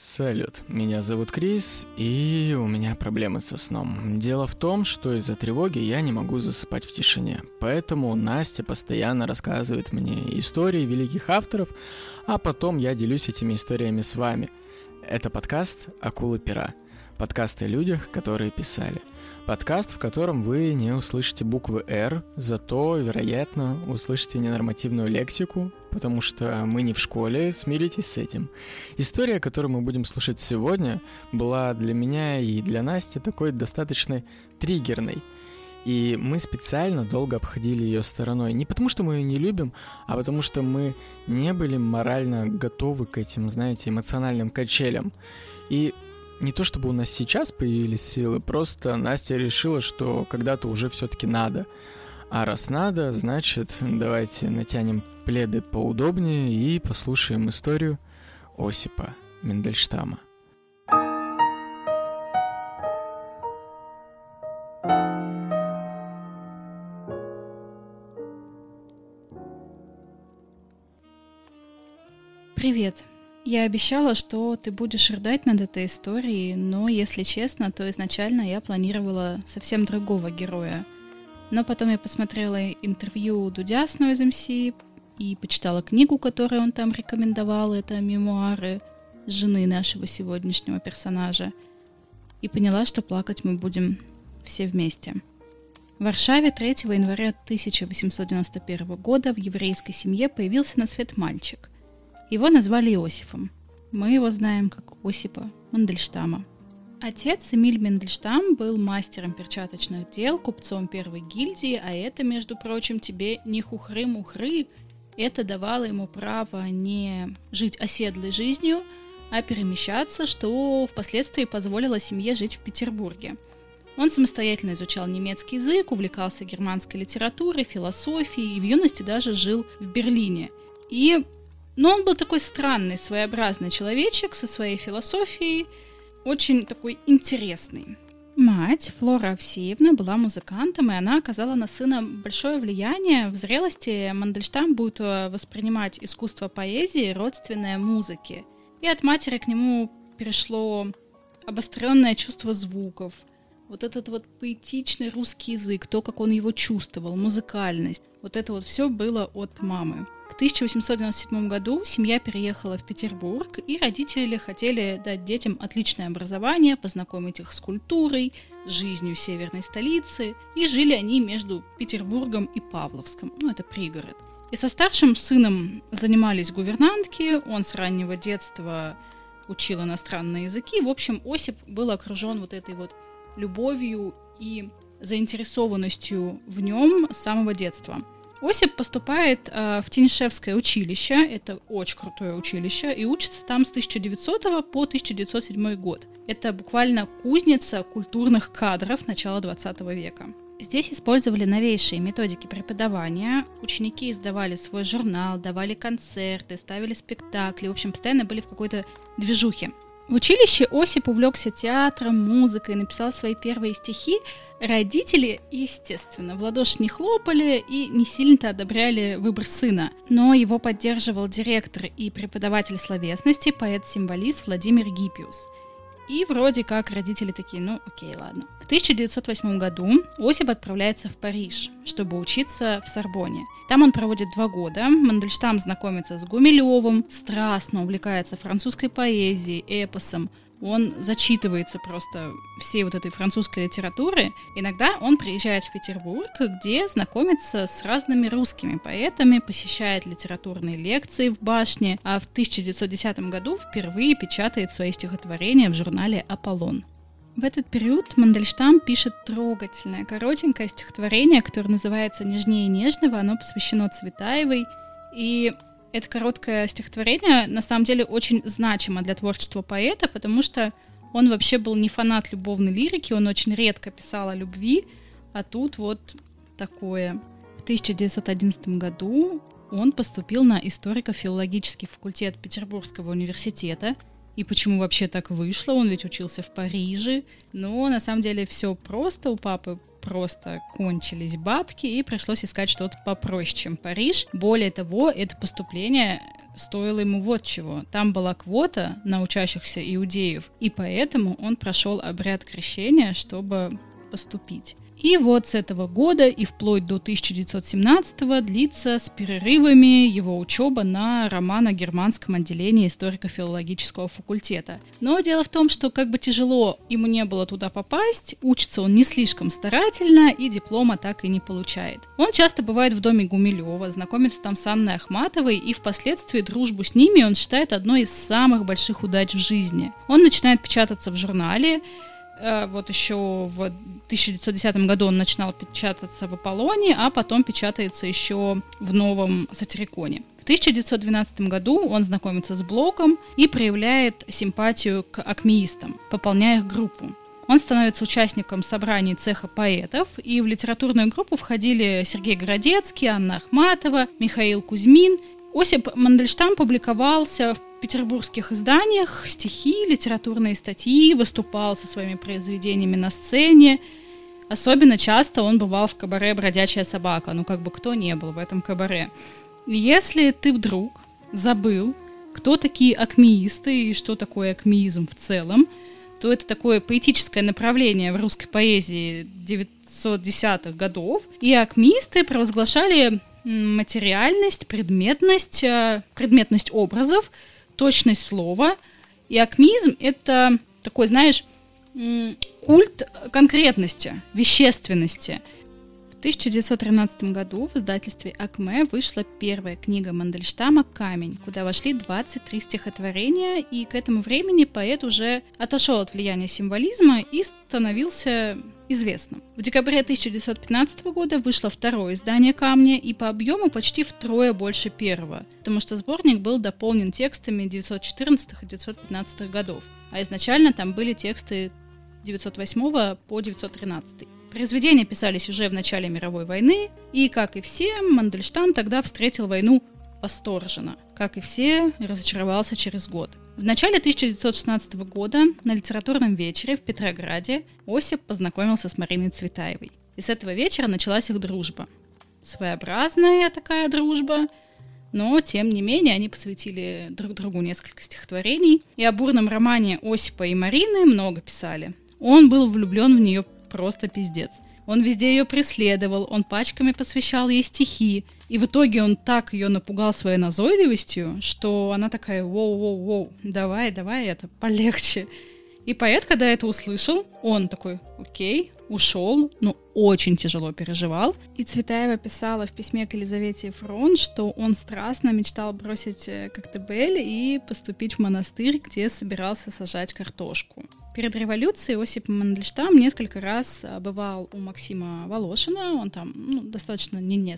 Салют, меня зовут Крис, и у меня проблемы со сном. Дело в том, что из-за тревоги я не могу засыпать в тишине, поэтому Настя постоянно рассказывает мне истории великих авторов, а потом я делюсь этими историями с вами. Это подкаст «Акулы пера», подкаст о людях, которые писали. Подкаст, в котором вы не услышите буквы «Р», зато, вероятно, услышите ненормативную лексику, потому что мы не в школе, смиритесь с этим. История, которую мы будем слушать сегодня, была для меня и для Насти такой достаточно триггерной. И мы специально долго обходили ее стороной. Не потому, что мы ее не любим, а потому, что мы не были морально готовы к этим, эмоциональным качелям. И не то чтобы у нас сейчас появились силы, просто Настя решила, что когда-то уже все-таки надо. А раз надо, значит, давайте натянем пледы поудобнее и послушаем историю Осипа Мандельштама. Привет. Я обещала, что ты будешь рыдать над этой историей, но, если честно, то изначально я планировала совсем другого героя. Но потом я посмотрела интервью Дудя с Noise MC и почитала книгу, которую он там рекомендовал, это мемуары жены нашего сегодняшнего персонажа, и поняла, что плакать мы будем все вместе. В Варшаве 3 января 1891 года в еврейской семье появился на свет мальчик. Его назвали Иосифом. Мы его знаем как Осипа Мандельштама. Отец Эмиль Мандельштам был мастером перчаточных дел, купцом первой гильдии, а это, между прочим, тебе не хухры-мухры. Это давало ему право не жить оседлой жизнью, а перемещаться, что впоследствии позволило семье жить в Петербурге. Он самостоятельно изучал немецкий язык, увлекался германской литературой, философией и в юности даже жил в Берлине. Но он был такой странный, своеобразный человечек со своей философией, очень такой интересный. Мать, Флора Овсеевна, была музыкантом, и она оказала на сына большое влияние. В зрелости Мандельштам будет воспринимать искусство поэзии родственное музыке. И от матери к нему перешло обостренное чувство звуков, вот этот вот поэтичный русский язык, то, как он его чувствовал, музыкальность. Вот это вот все было от мамы. В 1897 году семья переехала в Петербург, и родители хотели дать детям отличное образование, познакомить их с культурой, с жизнью северной столицы, и жили они между Петербургом и Павловском, это пригород. И со старшим сыном занимались гувернантки, он с раннего детства учил иностранные языки. В общем, Осип был окружен вот этой вот любовью и заинтересованностью в нем с самого детства. Осип поступает в Тенишевское училище, это очень крутое училище, и учится там с 1900 по 1907 год. Это буквально кузница культурных кадров начала 20 века. Здесь использовали новейшие методики преподавания, ученики издавали свой журнал, давали концерты, ставили спектакли, в общем, постоянно были в какой-то движухе. В училище Осип увлекся театром, музыкой, написал свои первые стихи. Родители, естественно, в ладоши не хлопали и не сильно-то одобряли выбор сына. Но его поддерживал директор и преподаватель словесности, поэт-символист Владимир Гиппиус. И вроде как родители такие, окей, ладно. В 1908 году Осип отправляется в Париж, чтобы учиться в Сорбонне. Там он проводит 2 года. Мандельштам знакомится с Гумилевым, страстно увлекается французской поэзией, эпосом. Он зачитывается просто всей вот этой французской литературы. Иногда он приезжает в Петербург, где знакомится с разными русскими поэтами, посещает литературные лекции в башне, а в 1910 году впервые печатает свои стихотворения в журнале «Аполлон». В этот период Мандельштам пишет трогательное, коротенькое стихотворение, которое называется «Нежнее нежного», оно посвящено Цветаевой, и это короткое стихотворение на самом деле очень значимо для творчества поэта, потому что он вообще был не фанат любовной лирики, он очень редко писал о любви, а тут вот такое. В 1911 году он поступил на историко-филологический факультет Петербургского университета. И почему вообще так вышло? Он ведь учился в Париже. Но на самом деле все просто у папы. Просто кончились бабки, и пришлось искать что-то попроще, чем Париж. Более того, это поступление стоило ему вот чего. Там была квота на учащихся иудеев, и поэтому он прошел обряд крещения, чтобы поступить. И вот с этого года и вплоть до 1917-го длится с перерывами его учеба на романо-германском отделении историко-филологического факультета. Но дело в том, что как бы тяжело ему не было туда попасть, учится он не слишком старательно и диплома так и не получает. Он часто бывает в доме Гумилева, знакомится там с Анной Ахматовой, и впоследствии дружбу с ними он считает одной из самых больших удач в жизни. Он начинает печататься в журнале. Вот еще в 1910 году он начинал печататься в «Аполлоне», а потом печатается еще в «Новом сатириконе». В 1912 году он знакомится с Блоком и проявляет симпатию к акмеистам, пополняя их группу. Он становится участником собраний цеха поэтов, и в литературную группу входили Сергей Городецкий, Анна Ахматова, Михаил Кузьмин. Осип Мандельштам публиковался в петербургских изданиях, стихи, литературные статьи, выступал со своими произведениями на сцене. Особенно часто он бывал в кабаре «Бродячая собака». Ну, как бы кто не был в этом кабаре. И если ты вдруг забыл, кто такие акмеисты и что такое акмеизм в целом, то это такое поэтическое направление в русской поэзии 910-х годов. И акмеисты провозглашали материальность, предметность образов, точность слова. И акмеизм — это такой, знаешь, культ конкретности, вещественности. В 1913 году в издательстве «Акме» вышла первая книга Мандельштама «Камень», куда вошли 23 стихотворения, и к этому времени поэт уже отошел от влияния символизма и становился известным. В декабре 1915 года вышло второе издание «Камня», и по объему почти втрое больше первого, потому что сборник был дополнен текстами 914 и 915 годов, а изначально там были тексты 908 по 913. Произведения писались уже в начале мировой войны, и, как и все, Мандельштам тогда встретил войну восторженно. Как и все, разочаровался через год. В начале 1916 года на литературном вечере в Петрограде Осип познакомился с Мариной Цветаевой. И с этого вечера началась их дружба. Своеобразная такая дружба, но, тем не менее, они посвятили друг другу несколько стихотворений, и о бурном романе Осипа и Марины много писали. Он был влюблен в нее просто пиздец. Он везде ее преследовал, он пачками посвящал ей стихи, и в итоге он так ее напугал своей назойливостью, что она такая: воу, давай это полегче. И поэт, когда это услышал, он такой: окей, ушел, но очень тяжело переживал. И Цветаева писала в письме к Елизавете Фрон, что он страстно мечтал бросить Коктебель и поступить в монастырь, где собирался сажать картошку. Перед революцией Осип Мандельштам несколько раз бывал у Максима Волошина, он там, достаточно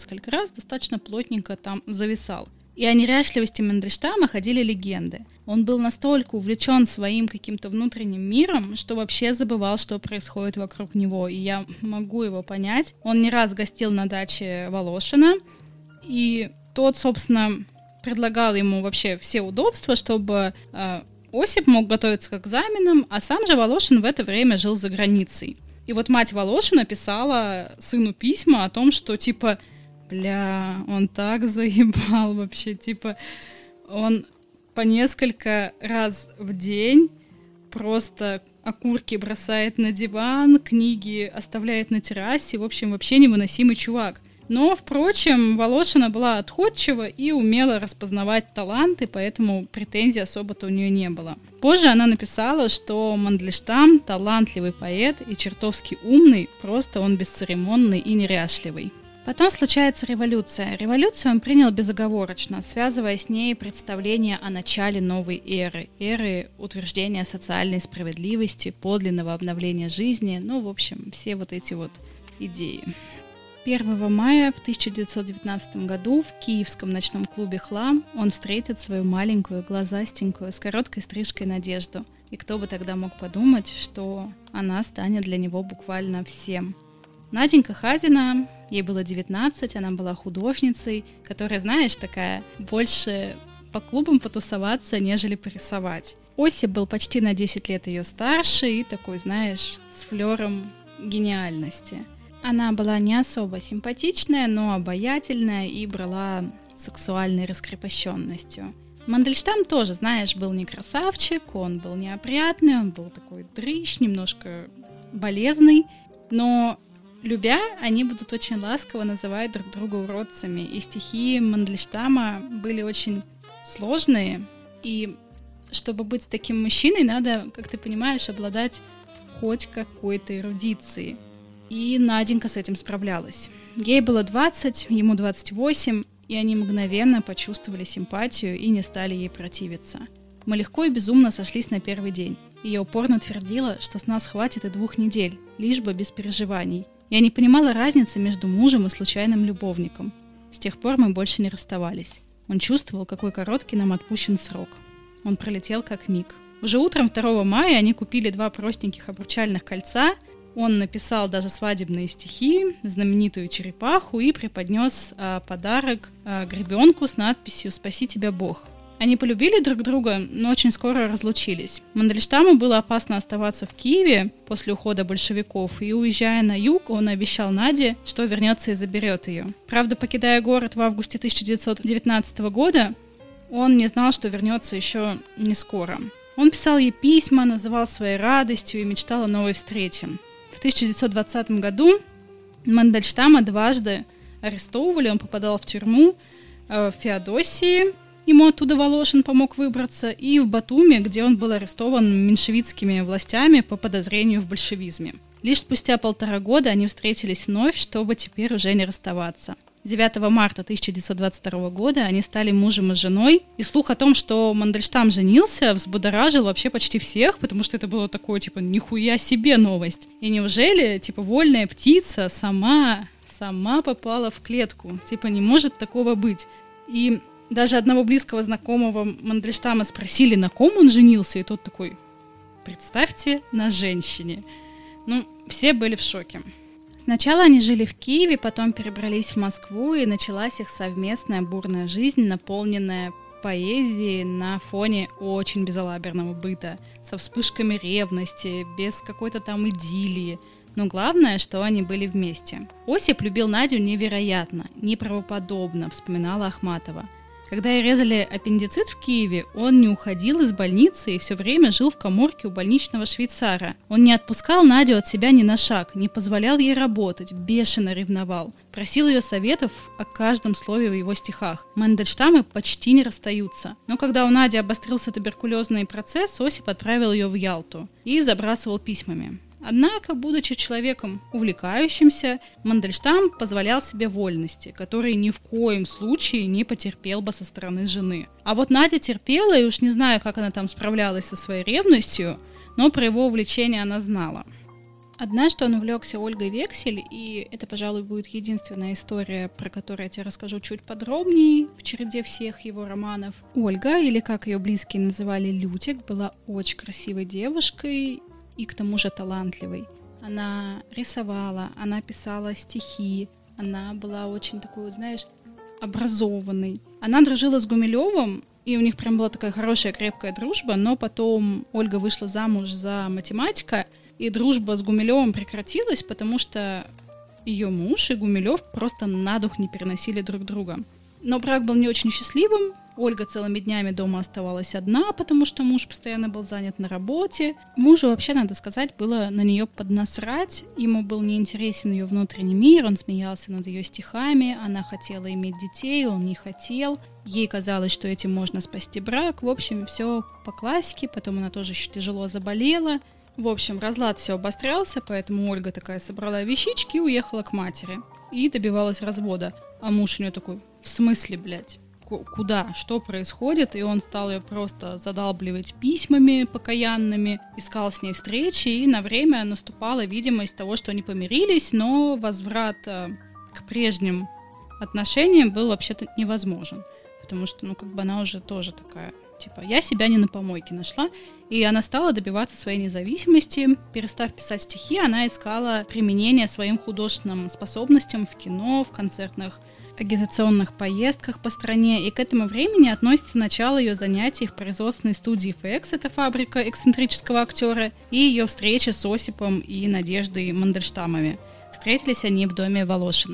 плотненько там зависал. И о неряшливости Мандельштама ходили легенды. Он был настолько увлечен своим каким-то внутренним миром, что вообще забывал, что происходит вокруг него. И я могу его понять. Он не раз гостил на даче Волошина, и тот, собственно, предлагал ему вообще все удобства, чтобы Осип мог готовиться к экзаменам, а сам же Волошин в это время жил за границей. И вот мать Волошина писала сыну письма о том, что типа: бля, он так заебал вообще, типа, он по несколько раз в день просто окурки бросает на диван, книги оставляет на террасе, в общем, вообще невыносимый чувак. Но, впрочем, Волошина была отходчива и умела распознавать таланты, поэтому претензий особо-то у нее не было. Позже она написала, что Мандельштам талантливый поэт и чертовски умный, просто он бесцеремонный и неряшливый. Потом случается революция. Революцию он принял безоговорочно, связывая с ней представление о начале новой эры утверждения социальной справедливости, подлинного обновления жизни, в общем, все вот эти вот идеи. 1 мая в 1919 году в киевском ночном клубе «Хлам» он встретит свою маленькую, глазастенькую, с короткой стрижкой Надежду. И кто бы тогда мог подумать, что она станет для него буквально всем. Наденька Хазина, ей было 19, она была художницей, которая, знаешь, такая, больше по клубам потусоваться, нежели порисовать. Осип был почти на 10 лет ее старше и такой, знаешь, с флером гениальности. Она была не особо симпатичная, но обаятельная и брала сексуальной раскрепощенностью. Мандельштам тоже, знаешь, был не красавчик, он был неопрятный, он был такой дрыщ, немножко болезный, но любя, они будут очень ласково называть друг друга уродцами, и стихи Мандельштама были очень сложные, и чтобы быть таким мужчиной, надо, как ты понимаешь, обладать хоть какой-то эрудицией. И Наденька с этим справлялась. Ей было 20, ему 28, и они мгновенно почувствовали симпатию и не стали ей противиться. Мы легко и безумно сошлись на первый день. И я упорно твердила, что с нас хватит и 2 недель, лишь бы без переживаний. Я не понимала разницы между мужем и случайным любовником. С тех пор мы больше не расставались. Он чувствовал, какой короткий нам отпущен срок. Он пролетел как миг. Уже утром 2 мая они купили 2 простеньких обручальных кольца. Он написал даже свадебные стихи, знаменитую черепаху, и преподнес подарок гребенку с надписью «Спаси тебя Бог». Они полюбили друг друга, но очень скоро разлучились. Мандельштаму было опасно оставаться в Киеве после ухода большевиков, и, уезжая на юг, он обещал Наде, что вернется и заберет ее. Правда, покидая город в августе 1919 года, он не знал, что вернется еще не скоро. Он писал ей письма, называл своей радостью и мечтал о новой встрече. В 1920 году Мандельштама дважды арестовывали, он попадал в тюрьму в Феодосии, ему оттуда Волошин помог выбраться, и в Батуми, где он был арестован меньшевистскими властями по подозрению в большевизме. Лишь спустя 1,5 года они встретились вновь, чтобы теперь уже не расставаться. 9 марта 1922 года они стали мужем и женой, и слух о том, что Мандельштам женился, взбудоражил вообще почти всех, потому что это было такое, нихуя себе новость. И неужели, вольная птица сама попала в клетку? Не может такого быть. И даже одного близкого знакомого Мандельштама спросили, на ком он женился, и тот такой: представьте, на женщине. Все были в шоке. Сначала они жили в Киеве, потом перебрались в Москву, и началась их совместная бурная жизнь, наполненная поэзией на фоне очень безалаберного быта, со вспышками ревности, без какой-то там идиллии. Но главное, что они были вместе. Осип любил Надю невероятно, неправдоподобно, вспоминала Ахматова. Когда ей резали аппендицит в Киеве, он не уходил из больницы и все время жил в каморке у больничного швейцара. Он не отпускал Надю от себя ни на шаг, не позволял ей работать, бешено ревновал. Просил ее советов о каждом слове в его стихах. Мандельштамы почти не расстаются. Но когда у Нади обострился туберкулезный процесс, Осип отправил ее в Ялту и забрасывал письмами. Однако, будучи человеком увлекающимся, Мандельштам позволял себе вольности, которые ни в коем случае не потерпел бы со стороны жены. А вот Надя терпела, и уж не знаю, как она там справлялась со своей ревностью, но про его увлечение она знала. Однажды он увлекся Ольгой Вексель, и это, пожалуй, будет единственная история, про которую я тебе расскажу чуть подробнее в череде всех его романов. Ольга, или как ее близкие называли Лютик, была очень красивой девушкой, и к тому же талантливой. Она рисовала, она писала стихи, она была очень такой, образованной. Она дружила с Гумилевым, и у них прям была такая хорошая, крепкая дружба, но потом Ольга вышла замуж за математика, и дружба с Гумилевым прекратилась, потому что ее муж и Гумилев просто на дух не переносили друг друга. Но брак был не очень счастливым. Ольга целыми днями дома оставалась одна, потому что муж постоянно был занят на работе. Мужу вообще, надо сказать, было на нее поднасрать. Ему был неинтересен ее внутренний мир, он смеялся над ее стихами, она хотела иметь детей, он не хотел. Ей казалось, что этим можно спасти брак. В общем, все по классике, потом она тоже еще тяжело заболела. В общем, разлад все обострялся, поэтому Ольга такая собрала вещички и уехала к матери. И добивалась развода. А муж у нее такой: в смысле, блядь? Куда? Что происходит? И он стал ее просто задалбливать письмами покаянными, искал с ней встречи, и на время наступала видимость того, что они помирились, но возврат к прежним отношениям был вообще-то невозможен. Потому что, она уже тоже такая, я себя не на помойке нашла. И она стала добиваться своей независимости. Перестав писать стихи, она искала применение своим художественным способностям в кино, в концертных агитационных поездках по стране, и к этому времени относится начало ее занятий в производственной студии FX, это фабрика эксцентрического актера, и ее встреча с Осипом и Надеждой Мандельштамами. Встретились они в доме Волошина.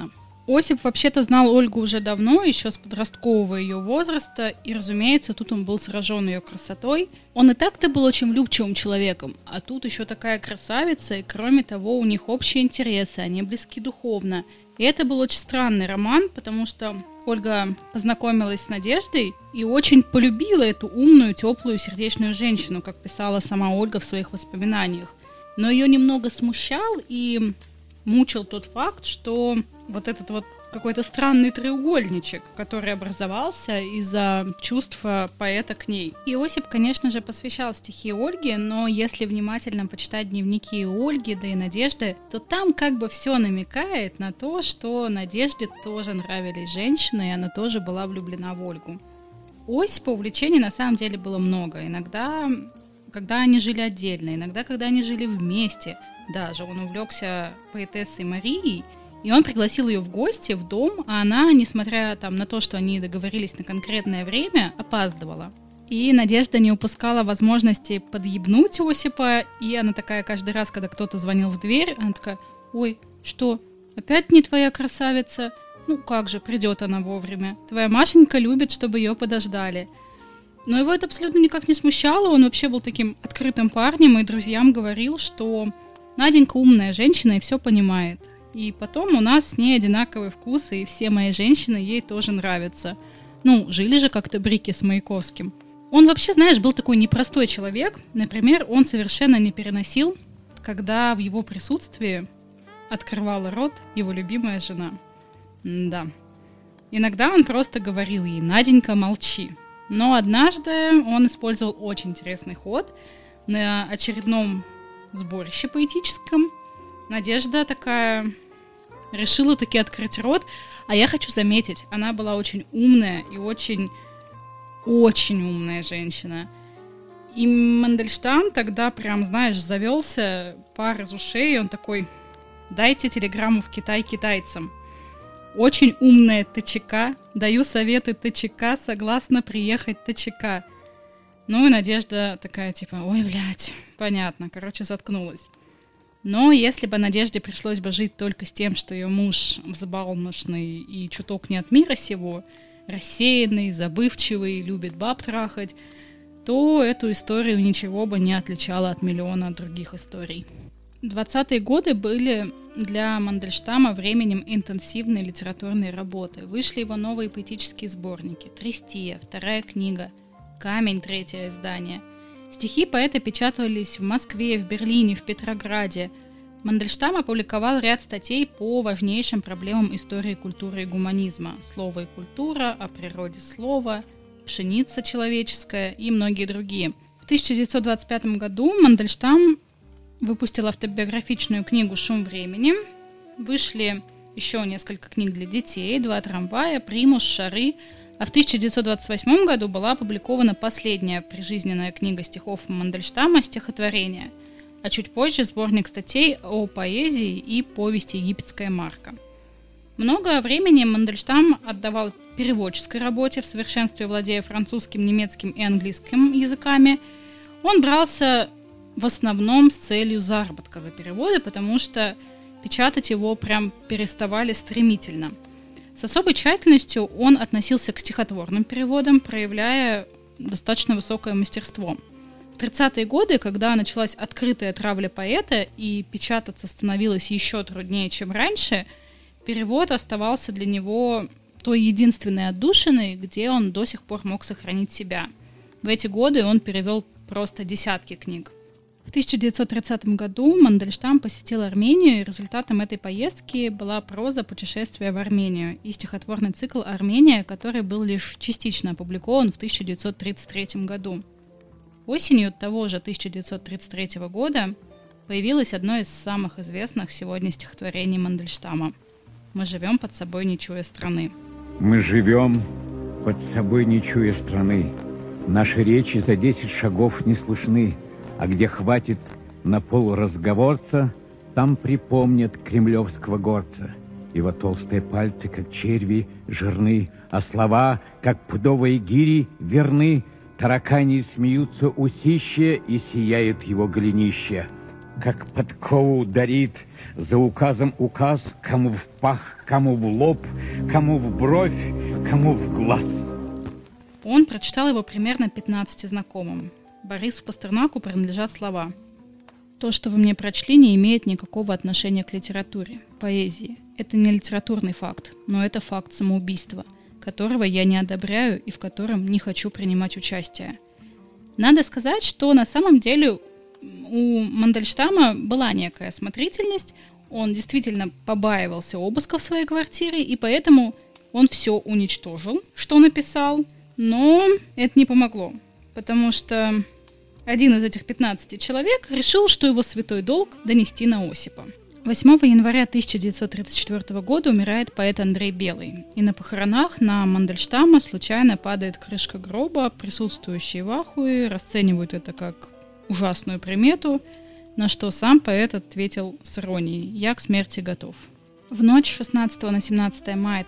Осип вообще-то знал Ольгу уже давно, еще с подросткового ее возраста, и, разумеется, тут он был сражен ее красотой. Он и так-то был очень влюбчивым человеком, а тут еще такая красавица, и кроме того, у них общие интересы, они близки духовно. И это был очень странный роман, потому что Ольга познакомилась с Надеждой и очень полюбила эту умную, теплую, сердечную женщину, как писала сама Ольга в своих воспоминаниях. Но ее немного смущал и мучил тот факт, что вот этот вот какой-то странный треугольничек, который образовался из-за чувства поэта к ней. И Осип, конечно же, посвящал стихи Ольге, но если внимательно почитать дневники Ольги, да и Надежды, то там как бы все намекает на то, что Надежде тоже нравились женщины, и она тоже была влюблена в Ольгу. У Осипа увлечений на самом деле было много. Иногда, когда они жили отдельно, иногда, когда они жили вместе. Даже он увлекся поэтессой Марией, и он пригласил ее в гости в дом, а она, несмотря на то, что они договорились на конкретное время, опаздывала. И Надежда не упускала возможности подъебнуть Осипа, и она такая каждый раз, когда кто-то звонил в дверь, она такая: «Ой, что, опять не твоя красавица? Ну как же, придет она вовремя. Твоя Машенька любит, чтобы ее подождали». Но его это абсолютно никак не смущало, он вообще был таким открытым парнем, и друзьям говорил, что Наденька умная женщина и все понимает. И потом у нас с ней одинаковые вкусы, и все мои женщины ей тоже нравятся. Ну, жили же как-то Брики с Маяковским. Он вообще, знаешь, был такой непростой человек. Например, он совершенно не переносил, когда в его присутствии открывала рот его любимая жена. Да. Иногда он просто говорил ей: «Наденька, молчи». Но однажды он использовал очень интересный ход. На очередном сборище поэтическом Надежда такая решила таки открыть рот, а я хочу заметить, она была очень умная и очень умная женщина. И Мандельштам тогда прям, знаешь, завелся пар из ушей, и он такой: «Дайте телеграмму в Китай китайцам. Очень умная ТЧК, даю советы ТЧК, согласна приехать ТЧК». Ну и Надежда такая типа: «Ой, блядь, понятно», короче, заткнулась. Но если бы Надежде пришлось бы жить только с тем, что ее муж взбалмошный и чуток не от мира сего, рассеянный, забывчивый, любит баб трахать, то эту историю ничего бы не отличало от миллиона других историй. 20-е годы были для Мандельштама временем интенсивной литературной работы. Вышли его новые поэтические сборники: «Тристия», вторая книга, «Камень», третье издание. Стихи поэта печатались в Москве, в Берлине, в Петрограде. Мандельштам опубликовал ряд статей по важнейшим проблемам истории культуры и гуманизма: «Слово и культура», «О природе слова», «Пшеница человеческая» и многие другие. В 1925 году Мандельштам выпустил автобиографичную книгу «Шум времени». Вышли еще несколько книг для детей: «Два трамвая», «Примус», «Шары». А в 1928 году была опубликована последняя прижизненная книга стихов Мандельштама «Стихотворение», а чуть позже сборник статей о поэзии и повести «Египетская марка». Много времени Мандельштам отдавал переводческой работе, в совершенстве владея французским, немецким и английским языками. Он брался в основном с целью заработка за переводы, потому что печатать его прям переставали стремительно. С особой тщательностью он относился к стихотворным переводам, проявляя достаточно высокое мастерство. В 30-е годы, когда началась открытая травля поэта и печататься становилось еще труднее, чем раньше, перевод оставался для него той единственной отдушиной, где он до сих пор мог сохранить себя. В эти годы он перевел просто десятки книг. В 1930 году Мандельштам посетил Армению, и результатом этой поездки была проза «Путешествие в Армению» и стихотворный цикл «Армения», который был лишь частично опубликован в 1933 году. Осенью того же 1933 года появилось одно из самых известных сегодня стихотворений Мандельштама: «Мы живем под собой, не чуя страны». Мы живем под собой, не чуя страны. Наши речи за 10 шагов не слышны. А где хватит на полуразговорца, там припомнят кремлевского горца. Его толстые пальцы, как черви, жирны, а слова, как пудовые гири, верны. Таракани смеются усища, и сияет его голенище. как подкову ударит, за указом указ, кому в пах, кому в лоб, кому в бровь, кому в глаз. Он прочитал его примерно 15 знакомым. Борису Пастернаку принадлежат слова: «То, что вы мне прочли, не имеет никакого отношения к литературе, поэзии. Это не литературный факт, но это факт самоубийства, которого я не одобряю и в котором не хочу принимать участие». Надо сказать, что на самом деле у Мандельштама была некая осмотрительность, он действительно побаивался обысков в своей квартире, и поэтому он все уничтожил, что написал, но это не помогло, потому что один из этих 15 человек решил, что его святой долг донести на Осипа. 8 января 1934 года умирает поэт Андрей Белый, и на похоронах на Мандельштама случайно падает крышка гроба, присутствующие в ахуе расценивают это как ужасную примету, на что сам поэт ответил с иронией: «Я к смерти готов». В ночь с 16 на 17 мая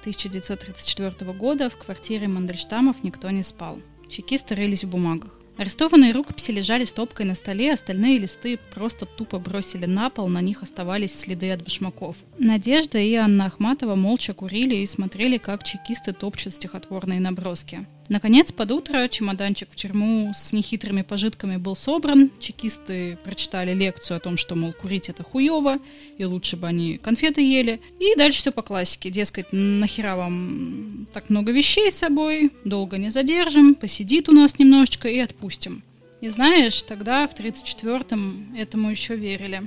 1934 года в квартире Мандельштамов никто не спал. Чекисты рылись в бумагах. Арестованные рукописи лежали стопкой на столе, остальные листы просто тупо бросили на пол, на них оставались следы от башмаков. Надежда и Анна Ахматова молча курили и смотрели, как чекисты топчут стихотворные наброски. Наконец, под утро чемоданчик в тюрьму с нехитрыми пожитками был собран, чекисты прочитали лекцию о том, что, мол, курить это хуево, и лучше бы они конфеты ели. И дальше все по классике, дескать, нахера вам так много вещей с собой, долго не задержим, посидит у нас немножечко и отпустим. И знаешь, тогда, в 1934-м, этому еще верили.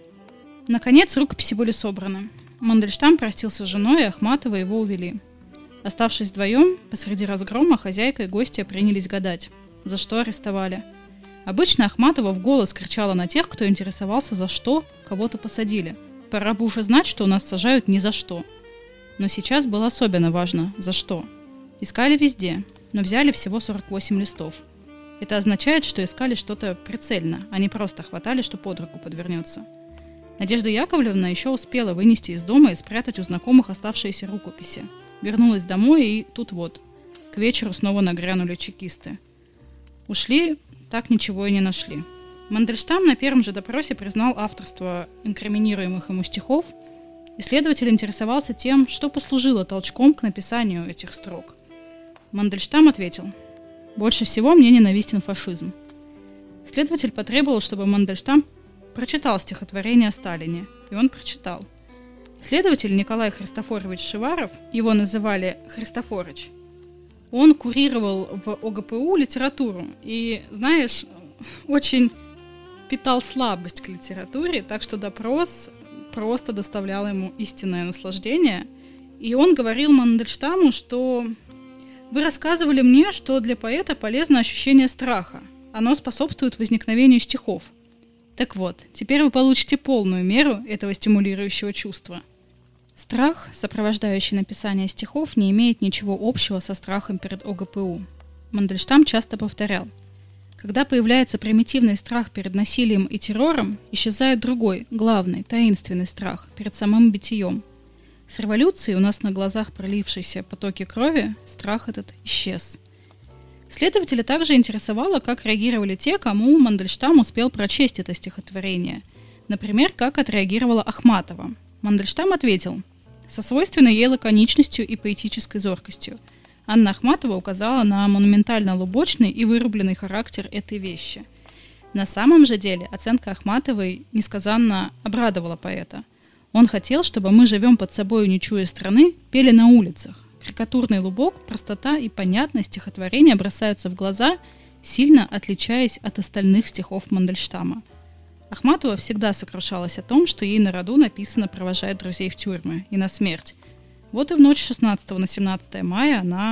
Наконец, рукописи были собраны. Мандельштам простился с женой, и Ахматова его увели. Оставшись вдвоем, посреди разгрома хозяйка и гостья принялись гадать, за что арестовали. Обычно Ахматова в голос кричала на тех, кто интересовался, за что кого-то посадили. Пора бы уже знать, что у нас сажают ни за что. Но сейчас было особенно важно, за что. Искали везде, но взяли всего 48 листов. Это означает, что искали что-то прицельно, а не просто хватали, что под руку подвернется. Надежда Яковлевна еще успела вынести из дома и спрятать у знакомых оставшиеся рукописи. Вернулась домой, и тут вот, к вечеру снова нагрянули чекисты. Ушли, так ничего и не нашли. Мандельштам на первом же допросе признал авторство инкриминируемых ему стихов, и следователь интересовался тем, что послужило толчком к написанию этих строк. Мандельштам ответил: «Больше всего мне ненавистен фашизм». Следователь потребовал, чтобы Мандельштам прочитал стихотворение о Сталине, и он прочитал. Следователь Николай Христофорович Шиваров, его называли Христофорыч, он курировал в ОГПУ литературу и, знаешь, очень питал слабость к литературе, так что допрос просто доставлял ему истинное наслаждение. И он говорил Мандельштаму, что «Вы рассказывали мне, что для поэта полезно ощущение страха. Оно способствует возникновению стихов. Так вот, теперь вы получите полную меру этого стимулирующего чувства». Страх, сопровождающий написание стихов, не имеет ничего общего со страхом перед ОГПУ. Мандельштам часто повторял: когда появляется примитивный страх перед насилием и террором, исчезает другой, главный, таинственный страх перед самым битием. С революцией у нас на глазах пролившейся потоки крови страх этот исчез. Следователя также интересовало, как реагировали те, кому Мандельштам успел прочесть это стихотворение. Например, как отреагировала Ахматова. Мандельштам ответил: со свойственной ей лаконичностью и поэтической зоркостью. Анна Ахматова указала на монументально-лубочный и вырубленный характер этой вещи. На самом же деле оценка Ахматовой несказанно обрадовала поэта. Он хотел, чтобы «Мы живем под собою, не чуя страны» пели на улицах. Карикатурный лубок, простота и понятность стихотворения бросаются в глаза, сильно отличаясь от остальных стихов Мандельштама. Ахматова всегда сокрушалась о том, что ей на роду написано провожать друзей в тюрьмы и на смерть. Вот и в ночь с 16 на 17 мая она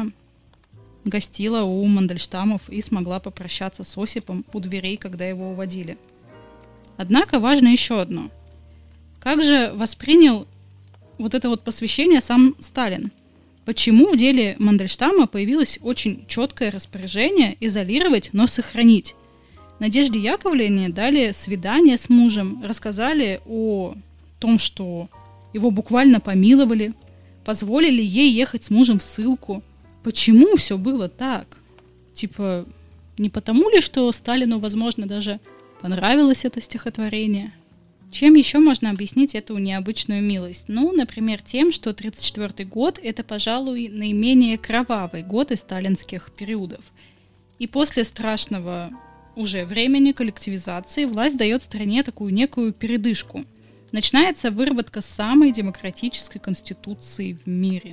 гостила у Мандельштамов и смогла попрощаться с Осипом у дверей, когда его уводили. Однако важно еще одно. Как же воспринял вот это вот посвящение сам Сталин? Почему в деле Мандельштама появилось очень четкое распоряжение изолировать, но сохранить? Надежде Яковлевне дали свидание с мужем, рассказали о том, что его буквально помиловали, позволили ей ехать с мужем в ссылку. Почему все было так? Не потому ли, что Сталину, возможно, даже понравилось это стихотворение? Чем еще можно объяснить эту необычную милость? Ну, например, тем, что 1934 год – это, пожалуй, наименее кровавый год из сталинских периодов. И после страшного уже времени коллективизации власть дает стране такую некую передышку. Начинается выработка самой демократической конституции в мире.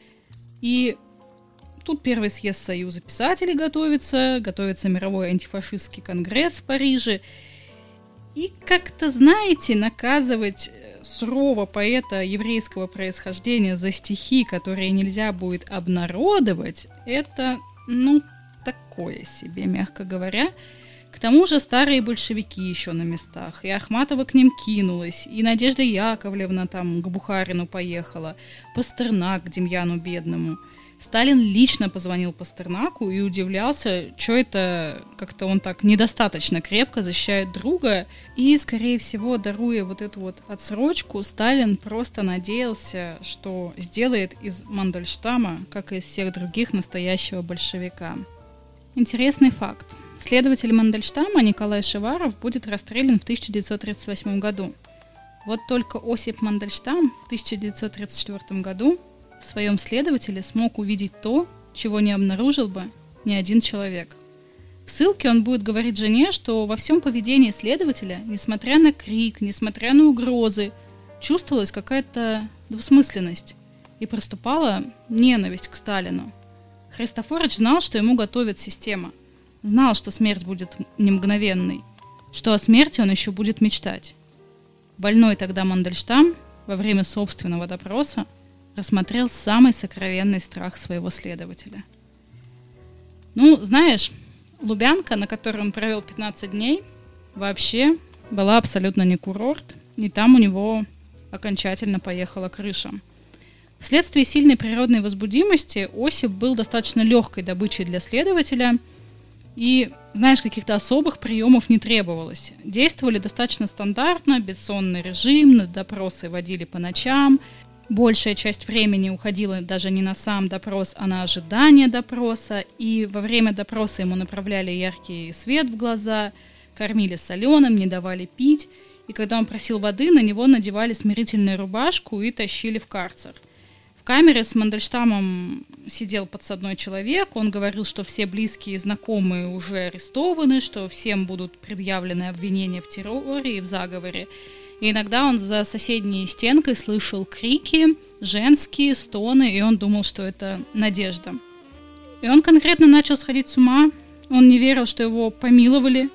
И тут первый съезд Союза писателей готовится мировой антифашистский конгресс в Париже. И как-то, знаете, наказывать сурово поэта еврейского происхождения за стихи, которые нельзя будет обнародовать, это, такое себе, мягко говоря. К тому же старые большевики еще на местах, и Ахматова к ним кинулась, и Надежда Яковлевна там к Бухарину поехала, Пастернак к Демьяну Бедному. Сталин лично позвонил Пастернаку и удивлялся, что это как-то он так недостаточно крепко защищает друга. И, скорее всего, даруя вот эту вот отсрочку, Сталин просто надеялся, что сделает из Мандельштама, как и из всех других, настоящего большевика. Интересный факт. Следователь Мандельштама Николай Шеваров будет расстрелян в 1938 году. Вот только Осип Мандельштам в 1934 году в своем следователе смог увидеть то, чего не обнаружил бы ни один человек. В ссылке он будет говорить жене, что во всем поведении следователя, несмотря на крик, несмотря на угрозы, чувствовалась какая-то двусмысленность и проступала ненависть к Сталину. Христофорович знал, что ему готовит система, знал, что смерть будет не мгновенной, что о смерти он еще будет мечтать. Больной тогда Мандельштам во время собственного допроса рассмотрел самый сокровенный страх своего следователя. Знаешь, Лубянка, на которой он провел 15 дней, вообще была абсолютно не курорт, и там у него окончательно поехала крыша. Вследствие сильной природной возбудимости Осип был достаточно легкой добычей для следователя, и, знаешь, каких-то особых приемов не требовалось. Действовали достаточно стандартно, бессонный режим, допросы водили по ночам. Большая часть времени уходила даже не на сам допрос, а на ожидание допроса. И во время допроса ему направляли яркий свет в глаза, кормили соленым, не давали пить. И когда он просил воды, на него надевали смирительную рубашку и тащили в карцер. В камере с Мандельштамом сидел подсадной человек. Он говорил, что все близкие и знакомые уже арестованы, что всем будут предъявлены обвинения в терроре и в заговоре. И иногда он за соседней стенкой слышал крики, женские стоны, и он думал, что это Надежда. И он конкретно начал сходить с ума, он не верил, что его помиловали.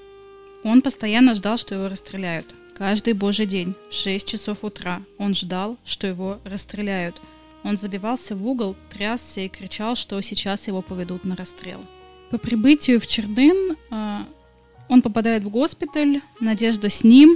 Он постоянно ждал, что его расстреляют. Каждый божий день в 6 часов утра он ждал, что его расстреляют. Он забивался в угол, трясся и кричал, что сейчас его поведут на расстрел. По прибытию в Чердын он попадает в госпиталь, Надежда с ним.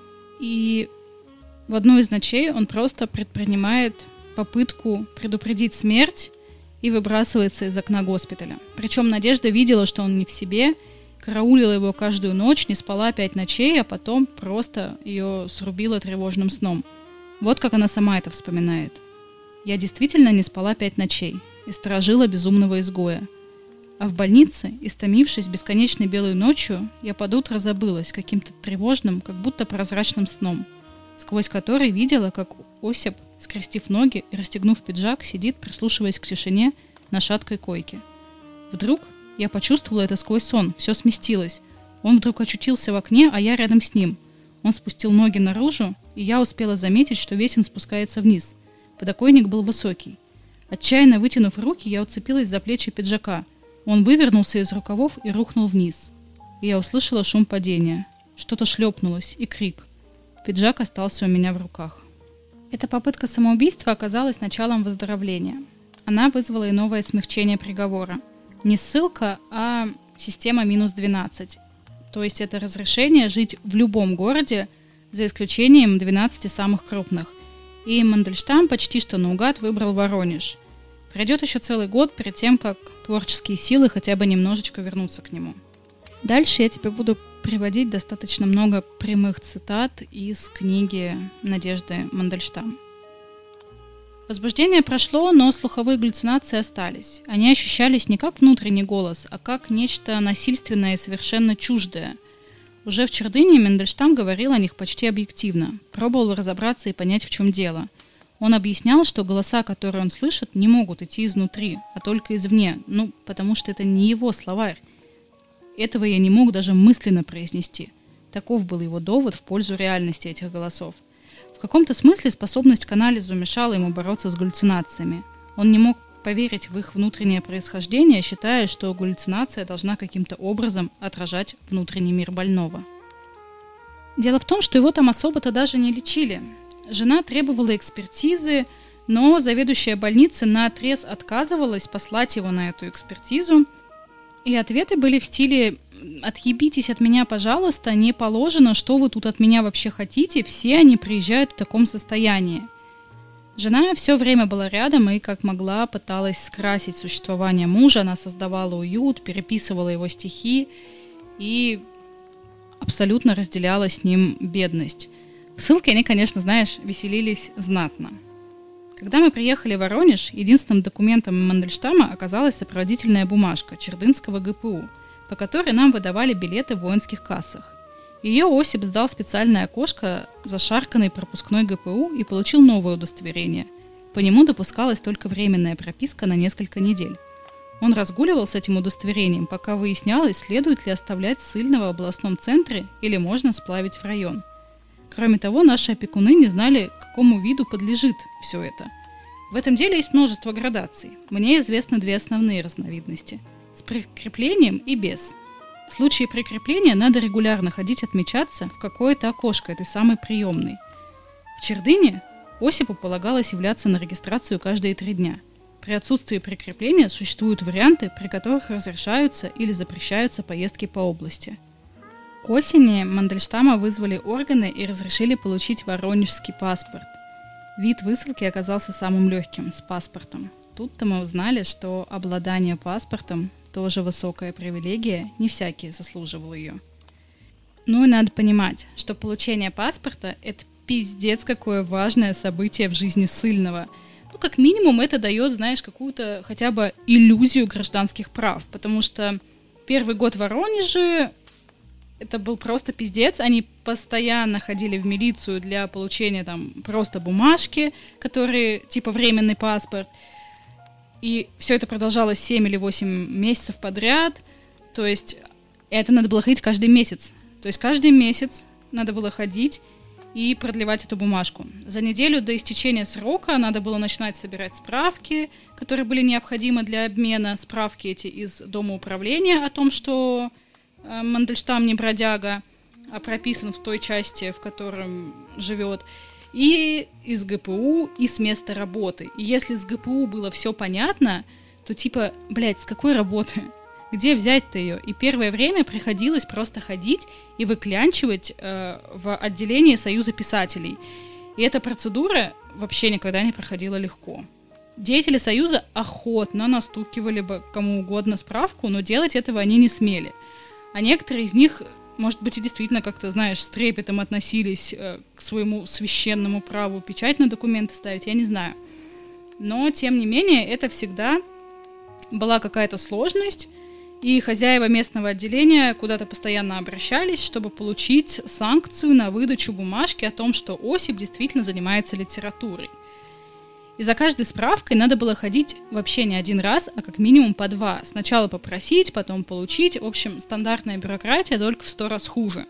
И в одну из ночей он просто предпринимает попытку предупредить смерть и выбрасывается из окна госпиталя. Причем Надежда видела, что он не в себе, караулила его каждую ночь, не спала 5 ночей, а потом просто ее срубила тревожным сном. Вот как она сама это вспоминает. «Я действительно не спала 5 ночей и сторожила безумного изгоя. А в больнице, истомившись бесконечной белой ночью, я под утро забылась каким-то тревожным, как будто прозрачным сном, сквозь который видела, как Осип, скрестив ноги и расстегнув пиджак, сидит, прислушиваясь к тишине на шаткой койке. Вдруг я почувствовала это сквозь сон, все сместилось. Он вдруг очутился в окне, а я рядом с ним. Он спустил ноги наружу, и я успела заметить, что Весин спускается вниз. Подоконник был высокий. Отчаянно вытянув руки, я уцепилась за плечи пиджака. Он вывернулся из рукавов и рухнул вниз. И я услышала шум падения. Что-то шлепнулось и крик. Пиджак остался у меня в руках. Эта попытка самоубийства оказалась началом выздоровления. Она вызвала и новое смягчение приговора. Не ссылка, а система -12. То есть это разрешение жить в любом городе, за исключением 12 самых крупных. И Мандельштам почти что наугад выбрал Воронеж. Пройдет еще целый год перед тем, как творческие силы хотя бы немножечко вернутся к нему. Дальше я тебе буду приводить достаточно много прямых цитат из книги Надежды Мандельштам. Возбуждение прошло, но слуховые галлюцинации остались. Они ощущались не как внутренний голос, а как нечто насильственное и совершенно чуждое. Уже в Чердыне Мандельштам говорил о них почти объективно, пробовал разобраться и понять, в чем дело. Он объяснял, что голоса, которые он слышит, не могут идти изнутри, а только извне, потому что это не его словарь. Этого я не мог даже мысленно произнести. Таков был его довод в пользу реальности этих голосов. В каком-то смысле способность к анализу мешала ему бороться с галлюцинациями. Он не мог поверить в их внутреннее происхождение, считая, что галлюцинация должна каким-то образом отражать внутренний мир больного. Дело в том, что его там особо-то даже не лечили. Жена требовала экспертизы, но заведующая больницы наотрез отказывалась послать его на эту экспертизу. И ответы были в стиле «Отъебитесь от меня, пожалуйста, не положено, что вы тут от меня вообще хотите, все они приезжают в таком состоянии». Жена все время была рядом и, как могла, пыталась скрасить существование мужа. Она создавала уют, переписывала его стихи и абсолютно разделяла с ним бедность. В ссылке они, конечно, веселились знатно. Когда мы приехали в Воронеж, единственным документом Мандельштама оказалась сопроводительная бумажка Чердынского ГПУ, по которой нам выдавали билеты в воинских кассах. Ее Осип сдал в специальное окошко зашарканный пропускной ГПУ и получил новое удостоверение. По нему допускалась только временная прописка на несколько недель. Он разгуливал с этим удостоверением, пока выяснялось, следует ли оставлять ссыльного в областном центре или можно сплавить в район. Кроме того, наши опекуны не знали, какому виду подлежит все это. В этом деле есть множество градаций. Мне известны две основные разновидности – с прикреплением и без. В случае прикрепления надо регулярно ходить отмечаться в какое-то окошко этой самой приемной. В Чердыне Осипу полагалось являться на регистрацию каждые 3 дня. При отсутствии прикрепления существуют варианты, при которых разрешаются или запрещаются поездки по области. К осени Мандельштама вызвали органы и разрешили получить воронежский паспорт. Вид высылки оказался самым легким, с паспортом. Тут-то мы узнали, что обладание паспортом тоже высокая привилегия, не всякий заслуживал ее. Ну и надо понимать, что получение паспорта – это пиздец какое важное событие в жизни ссыльного. Как минимум это дает, какую-то хотя бы иллюзию гражданских прав, потому что первый год в Воронеже это был просто пиздец. Они постоянно ходили в милицию для получения просто бумажки, которые типа временный паспорт. И все это продолжалось 7 или 8 месяцев подряд. То есть это надо было ходить каждый месяц. То есть каждый месяц надо было ходить и продлевать эту бумажку. За неделю до истечения срока надо было начинать собирать справки, которые были необходимы для обмена. Справки эти из Дома управления о том, что Мандельштам не бродяга, а прописан в той части, в котором живет. И из ГПУ, и с места работы. И если с ГПУ было все понятно, то с какой работы? Где взять-то ее? И первое время приходилось просто ходить и выклянчивать в отделении Союза писателей. И эта процедура вообще никогда не проходила легко. Деятели Союза охотно настукивали бы кому угодно справку, но делать этого они не смели. А некоторые из них, может быть, и действительно как-то, с трепетом относились к своему священному праву печать на документы ставить, я не знаю. Но, тем не менее, это всегда была какая-то сложность, и хозяева местного отделения куда-то постоянно обращались, чтобы получить санкцию на выдачу бумажки о том, что Осип действительно занимается литературой. И за каждой справкой надо было ходить вообще не один раз, а как минимум по 2. Сначала попросить, потом получить. В общем, стандартная бюрократия, только в 100 раз хуже.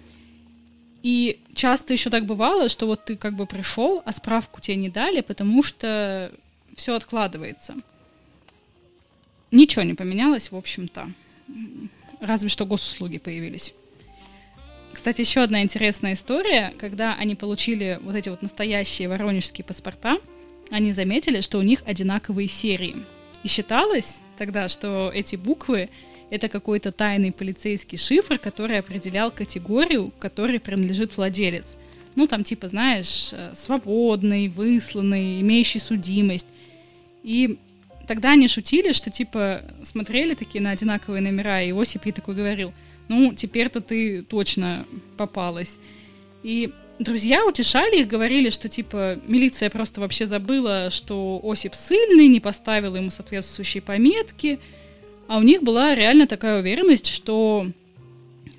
И часто еще так бывало, что ты пришел, а справку тебе не дали, потому что все откладывается. Ничего не поменялось, в общем-то. Разве что госуслуги появились. Кстати, еще одна интересная история. Когда они получили вот эти настоящие воронежские паспорта, они заметили, что у них одинаковые серии. И считалось тогда, что эти буквы — это какой-то тайный полицейский шифр, который определял категорию, которой принадлежит владелец. Свободный, высланный, имеющий судимость. И тогда они шутили, что смотрели такие на одинаковые номера, и Осип ей такой говорил: теперь-то ты точно попалась. И друзья утешали их, говорили, что милиция просто вообще забыла, что Осип ссыльный, не поставила ему соответствующие пометки, а у них была реально такая уверенность, что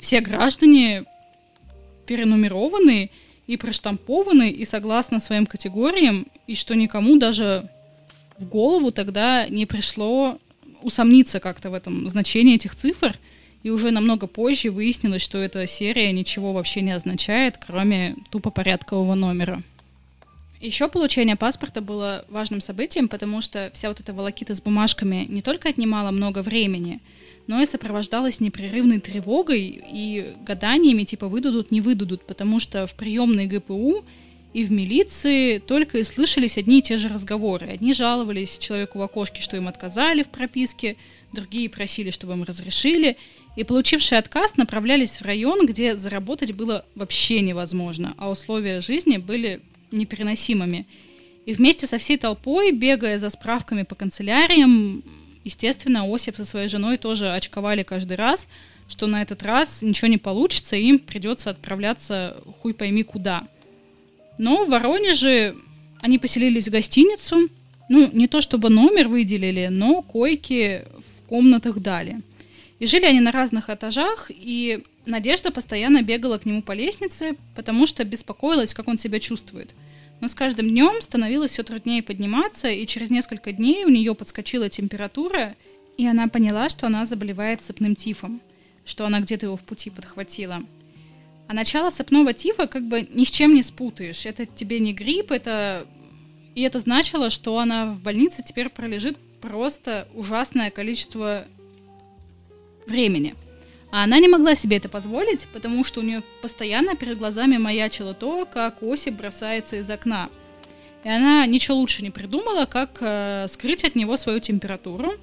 все граждане перенумерованы и проштампованы и согласно своим категориям, и что никому даже в голову тогда не пришло усомниться как-то в этом значении этих цифр, и уже намного позже выяснилось, что эта серия ничего вообще не означает, кроме тупо порядкового номера. Еще получение паспорта было важным событием, потому что вся вот эта волокита с бумажками не только отнимала много времени, но и сопровождалась непрерывной тревогой и гаданиями, типа выдадут, не выдадут, потому что в приемной ГПУ и в милиции только и слышались одни и те же разговоры. Одни жаловались человеку в окошке, что им отказали в прописке, другие просили, чтобы им разрешили, и получившие отказ направлялись в район, где заработать было вообще невозможно, а условия жизни были непереносимыми. И вместе со всей толпой, бегая за справками по канцеляриям, естественно, Осип со своей женой тоже очковали каждый раз, что на этот раз ничего не получится, и им придется отправляться хуй пойми куда. Но в Воронеже они поселились в гостиницу. Ну, не то чтобы номер выделили, но койки в комнатах дали. И жили они на разных этажах, и Надежда постоянно бегала к нему по лестнице, потому что беспокоилась, как он себя чувствует. Но с каждым днем становилось все труднее подниматься, и через несколько дней у нее подскочила температура, и она поняла, что она заболевает сыпным тифом, что она где-то его в пути подхватила. А начало сыпного тифа как бы ни с чем не спутаешь. Это тебе не грипп, и это значило, что она в больнице теперь пролежит просто ужасное количество времени. А она не могла себе это позволить, потому что у нее постоянно перед глазами маячило то, как Осип бросается из окна. И она ничего лучше не придумала, как скрыть от него свою температуру.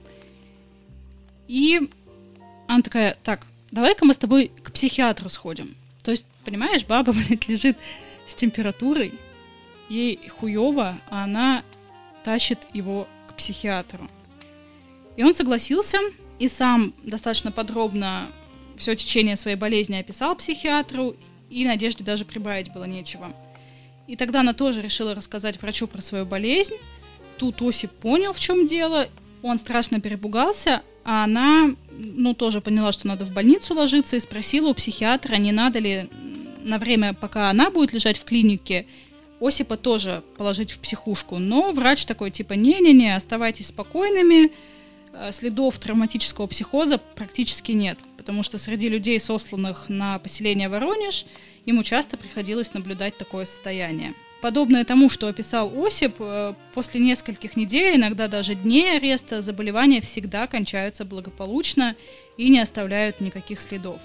И она такая: так, давай-ка мы с тобой к психиатру сходим. То есть, понимаешь, баба, блядь, лежит с температурой, ей хуёво, а она тащит его к психиатру. И он согласился, и сам достаточно подробно все течение своей болезни описал психиатру, и Надежде даже прибавить было нечего. И тогда она тоже решила рассказать врачу про свою болезнь. Тут Осип понял, в чем дело, он страшно перепугался, а она, тоже поняла, что надо в больницу ложиться, и спросила у психиатра, не надо ли на время, пока она будет лежать в клинике, Осипа тоже положить в психушку. Но врач такой, типа, не-не-не, оставайтесь спокойными, следов травматического психоза практически нет, потому что среди людей, сосланных на поселение Воронеж, ему часто приходилось наблюдать такое состояние. Подобное тому, что описал Осип, после нескольких недель, иногда даже дней ареста, заболевания всегда кончаются благополучно и не оставляют никаких следов.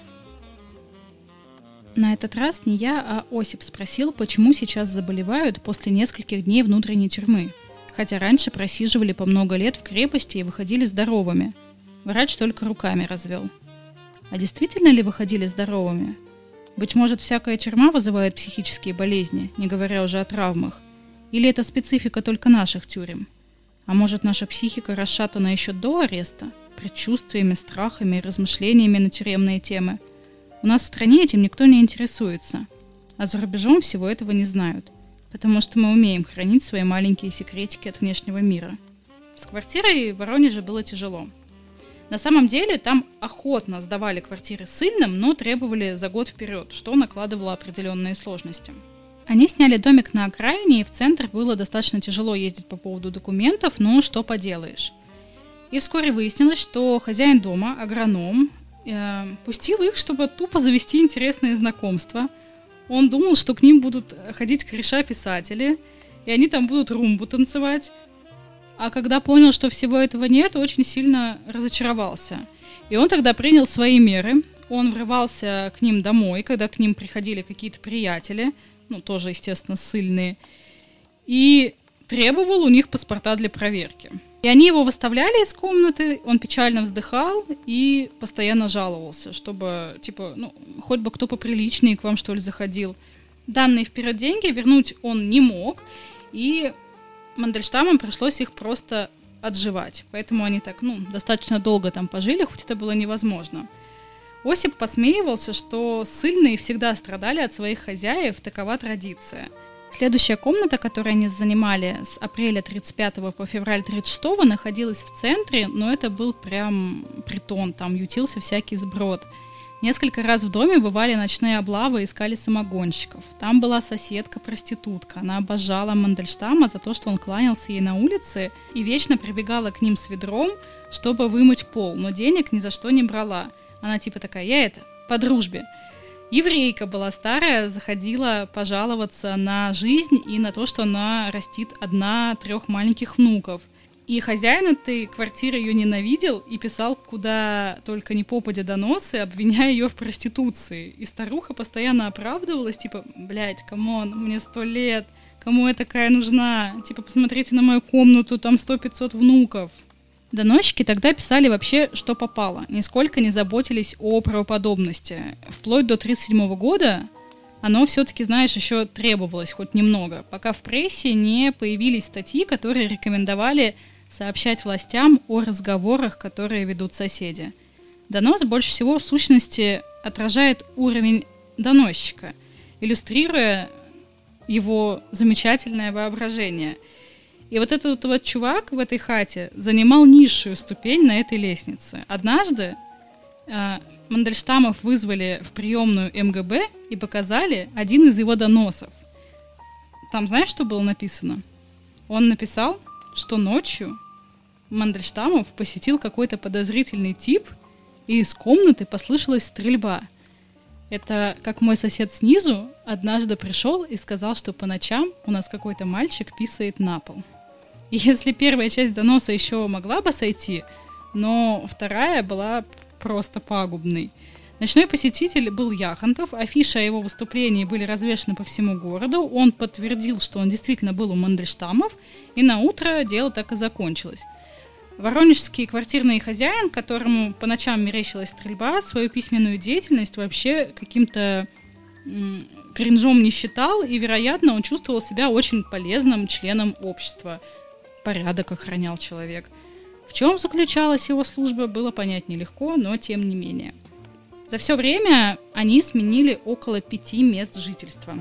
На этот раз не я, а Осип спросил, почему сейчас заболевают после нескольких дней внутренней тюрьмы, хотя раньше просиживали по много лет в крепости и выходили здоровыми. Врач только руками развел. А действительно ли выходили здоровыми? Быть может, всякая тюрьма вызывает психические болезни, не говоря уже о травмах? Или это специфика только наших тюрем? А может, наша психика расшатана еще до ареста, предчувствиями, страхами и размышлениями на тюремные темы? У нас в стране этим никто не интересуется, а за рубежом всего этого не знают, потому что мы умеем хранить свои маленькие секретики от внешнего мира. С квартирой в Воронеже было тяжело. На самом деле там охотно сдавали квартиры ссыльным, но требовали за год вперед, что накладывало определенные сложности. Они сняли домик на окраине, и в центр было достаточно тяжело ездить по поводу документов, но что поделаешь. И вскоре выяснилось, что хозяин дома, агроном, пустил их, чтобы тупо завести интересные знакомства. Он думал, что к ним будут ходить кореша-писатели, и они там будут румбу танцевать. А когда понял, что всего этого нет, очень сильно разочаровался. И он тогда принял свои меры. Он врывался к ним домой, когда к ним приходили какие-то приятели, тоже, естественно, ссыльные, и требовал у них паспорта для проверки. И они его выставляли из комнаты, он печально вздыхал и постоянно жаловался, чтобы, хоть бы кто поприличнее к вам, что ли, заходил. Данные вперед деньги вернуть он не мог, и Мандельштамам пришлось их просто отживать. Поэтому они так, достаточно долго там пожили, хоть это было невозможно. Осип посмеивался, что ссыльные всегда страдали от своих хозяев, такова традиция. Следующая комната, которую они занимали с апреля 35 по февраль 36, находилась в центре, но это был прям притон, там ютился всякий сброд. Несколько раз в доме бывали ночные облавы, искали самогонщиков. Там была соседка-проститутка. Она обожала Мандельштама за то, что он кланялся ей на улице и вечно прибегала к ним с ведром, чтобы вымыть пол, но денег ни за что не брала. Она типа такая: я это, по дружбе. Еврейка была старая, заходила пожаловаться на жизнь и на то, что она растит 1-3 маленьких внуков. И хозяин этой квартиры ее ненавидел и писал куда только не попадя доносы, обвиняя ее в проституции. И старуха постоянно оправдывалась, типа: блядь, камон, мне 100 лет, кому я такая нужна? Типа, посмотрите на мою комнату, там 100-500 внуков. Доносчики тогда писали вообще, что попало, нисколько не заботились о правоподобности. Вплоть до 1937 года оно все-таки, знаешь, еще требовалось хоть немного, пока в прессе не появились статьи, которые рекомендовали сообщать властям о разговорах, которые ведут соседи. Донос больше всего в сущности отражает уровень доносчика, иллюстрируя его замечательное воображение. И вот этот вот чувак в этой хате занимал низшую ступень на этой лестнице. Однажды Мандельштамов вызвали в приемную МГБ и показали один из его доносов. Там знаешь, что было написано? Он написал, что ночью Мандельштамов посетил какой-то подозрительный тип, и из комнаты послышалась стрельба. Это как мой сосед снизу однажды пришел и сказал, что по ночам у нас какой-то мальчик писает на пол. И если первая часть доноса еще могла бы сойти, но вторая была просто пагубной. Ночной посетитель был Яхонтов, афиши о его выступлении были развешаны по всему городу, он подтвердил, что он действительно был у Мандельштамов, и на утро дело так и закончилось. Воронежский квартирный хозяин, которому по ночам мерещилась стрельба, свою письменную деятельность вообще каким-то кринжом не считал, и, вероятно, он чувствовал себя очень полезным членом общества. Порядок охранял человек. В чем заключалась его служба, было понять нелегко, но тем не менее. За все время они сменили около 5 мест жительства.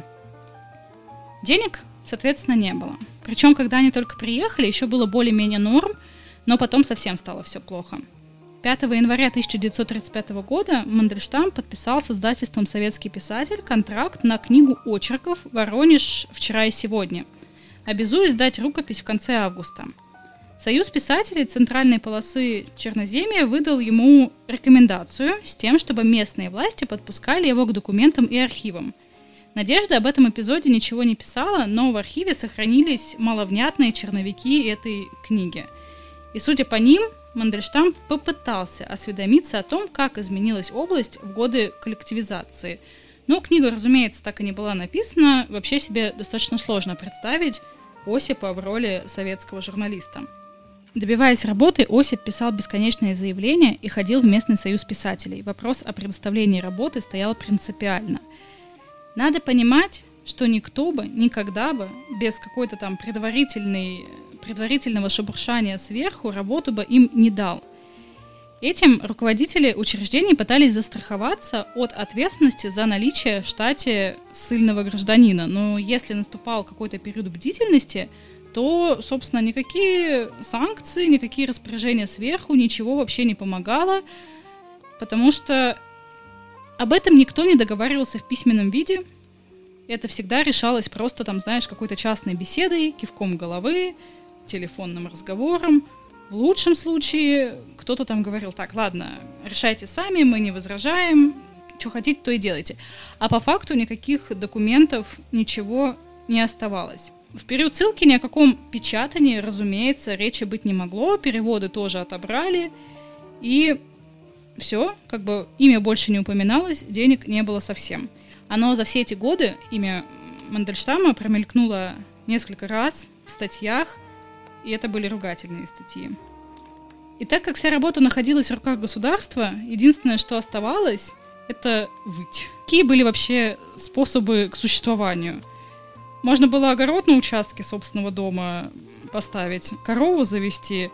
Денег, соответственно, не было. Причем, когда они только приехали, еще было более-менее норм, но потом совсем стало все плохо. 5 января 1935 года Мандельштам подписал с издательством «Советский писатель» контракт на книгу очерков «Воронеж. Вчера и сегодня», обязуясь сдать рукопись в конце августа. Союз писателей центральной полосы Черноземья выдал ему рекомендацию с тем, чтобы местные власти подпускали его к документам и архивам. Надежда об этом эпизоде ничего не писала, но в архиве сохранились маловнятные черновики этой книги. И, судя по ним, Мандельштам попытался осведомиться о том, как изменилась область в годы коллективизации. Но книга, разумеется, так и не была написана. Вообще себе достаточно сложно представить Осипа в роли советского журналиста. Добиваясь работы, Осип писал бесконечные заявления и ходил в местный союз писателей. Вопрос о предоставлении работы стоял принципиально. Надо понимать, что никто бы никогда бы без какой-то там предварительного шебуршания сверху работу бы им не дал. Этим руководители учреждений пытались застраховаться от ответственности за наличие в штате ссыльного гражданина. Но если наступал какой-то период бдительности, то, собственно, никакие санкции, никакие распоряжения сверху, ничего вообще не помогало, потому что об этом никто не договаривался в письменном виде. Это всегда решалось просто, там, знаешь, какой-то частной беседой, кивком головы, телефонным разговором. В лучшем случае кто-то там говорил: так, ладно, решайте сами, мы не возражаем, что хотите, то и делайте. А по факту никаких документов, ничего не оставалось. В период ссылки ни о каком печатании, разумеется, речи быть не могло, переводы тоже отобрали, и все, как бы имя больше не упоминалось, денег не было совсем. Оно за все эти годы, имя Мандельштама, промелькнуло несколько раз в статьях, и это были ругательные статьи. И так как вся работа находилась в руках государства, единственное, что оставалось, это выть. Какие были вообще способы к существованию? Можно было огород на участке собственного дома поставить, корову завести,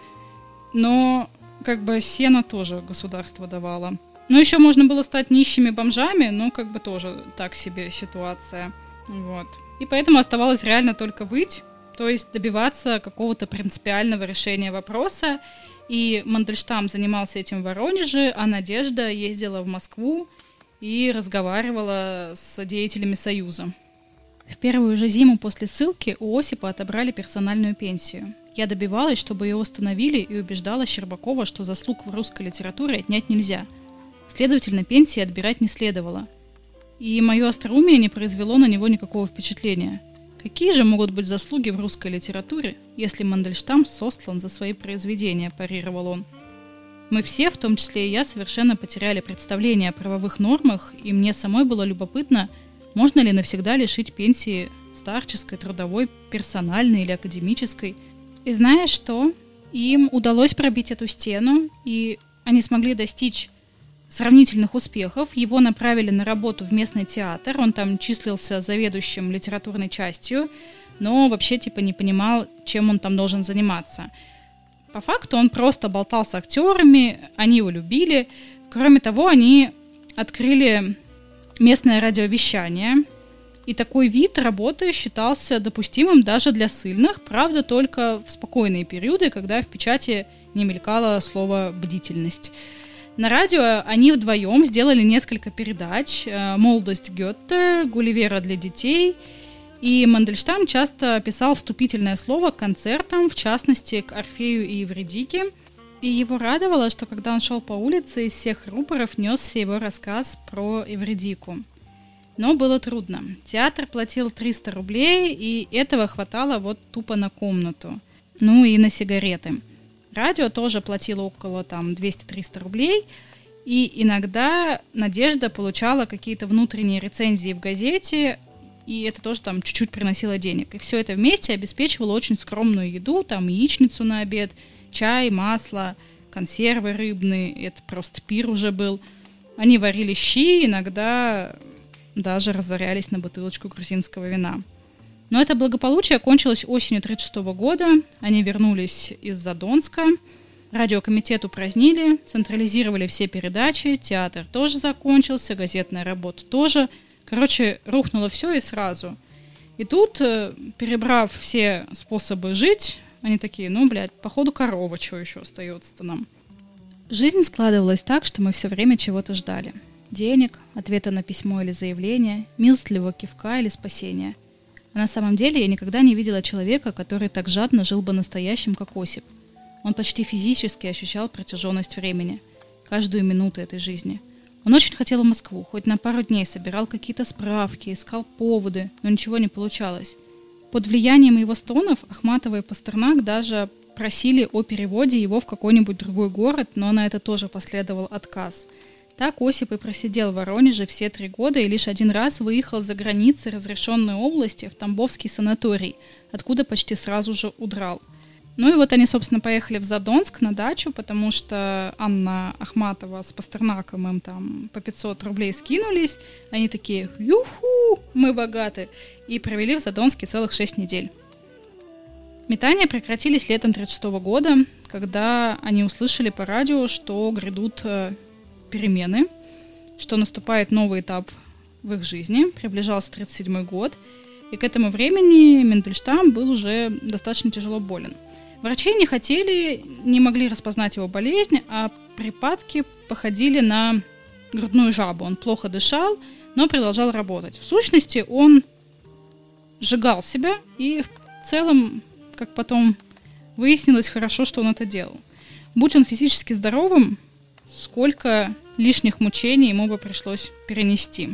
но как бы сено тоже государство давало. Ну, еще можно было стать нищими бомжами, но как бы тоже так себе ситуация. Вот. И поэтому оставалось реально только выть, то есть добиваться какого-то принципиального решения вопроса. И Мандельштам занимался этим в Воронеже, а Надежда ездила в Москву и разговаривала с деятелями Союза. В первую же зиму после ссылки у Осипа отобрали персональную пенсию. Я добивалась, чтобы ее восстановили, и убеждала Щербакова, что заслуг в русской литературе отнять нельзя. Следовательно, пенсии отбирать не следовало. И мое остроумие не произвело на него никакого впечатления. Какие же могут быть заслуги в русской литературе, если Мандельштам сослан за свои произведения, парировал он. Мы все, в том числе и я, совершенно потеряли представление о правовых нормах, и мне самой было любопытно, можно ли навсегда лишить пенсии старческой, трудовой, персональной или академической. И знаешь что? Им удалось пробить эту стену, и они смогли достичь сравнительных успехов. Его направили на работу в местный театр, он там числился заведующим литературной частью, но вообще не понимал, чем он там должен заниматься. По факту он просто болтал с актерами, они его любили. Кроме того, они открыли местное радиовещание, и такой вид работы считался допустимым даже для ссыльных, правда, только в спокойные периоды, когда в печати не мелькало слово «бдительность». На радио они вдвоем сделали несколько передач «Молодость Гёте», «Гулливера для детей», и Мандельштам часто писал вступительное слово к концертам, в частности, к «Орфею и Евридике». И его радовало, что когда он шел по улице, из всех рупоров несся его рассказ про Евридику. Но было трудно. Театр платил 300 рублей, и этого хватало вот тупо на комнату. Ну и на сигареты. Радио тоже платило около 200-300 рублей, и иногда Надежда получала какие-то внутренние рецензии в газете, и это тоже чуть-чуть приносило денег. И все это вместе обеспечивало очень скромную еду, яичницу на обед, чай, масло, консервы рыбные, это просто пир уже был. Они варили щи, иногда даже разорялись на бутылочку грузинского вина. Но это благополучие кончилось осенью 1936 года. Они вернулись из Задонска. Радиокомитет упразднили, централизировали все передачи, театр тоже закончился, газетная работа тоже. Короче, рухнуло все и сразу. И тут, перебрав все способы жить, они такие, походу корова, что еще остается-то нам. Жизнь складывалась так, что мы все время чего-то ждали. Денег, ответа на письмо или заявление, милостливого кивка или спасения. А на самом деле я никогда не видела человека, который так жадно жил бы настоящим, как Осип. Он почти физически ощущал протяженность времени, каждую минуту этой жизни. Он очень хотел в Москву, хоть на пару дней собирал какие-то справки, искал поводы, но ничего не получалось. Под влиянием его стонов Ахматова и Пастернак даже просили о переводе его в какой-нибудь другой город, но на это тоже последовал отказ. Так Осип и просидел в Воронеже все 3 года и лишь один раз выехал за границы разрешенной области в Тамбовский санаторий, откуда почти сразу же удрал. Ну и вот они, собственно, поехали в Задонск на дачу, потому что Анна Ахматова с Пастернаком им по 500 рублей скинулись. Они такие: «Юху, мы богаты!» И провели в Задонске целых 6 недель. Метания прекратились летом 1936 года, когда они услышали по радио, что грядут перемены, что наступает новый этап в их жизни. Приближался 1937 год, и к этому времени Мандельштам был уже достаточно тяжело болен. Врачи не могли распознать его болезнь, а припадки походили на грудную жабу. Он плохо дышал, но продолжал работать. В сущности, он сжигал себя, и в целом, как потом выяснилось, хорошо, что он это делал. Будь он физически здоровым, сколько лишних мучений ему бы пришлось перенести.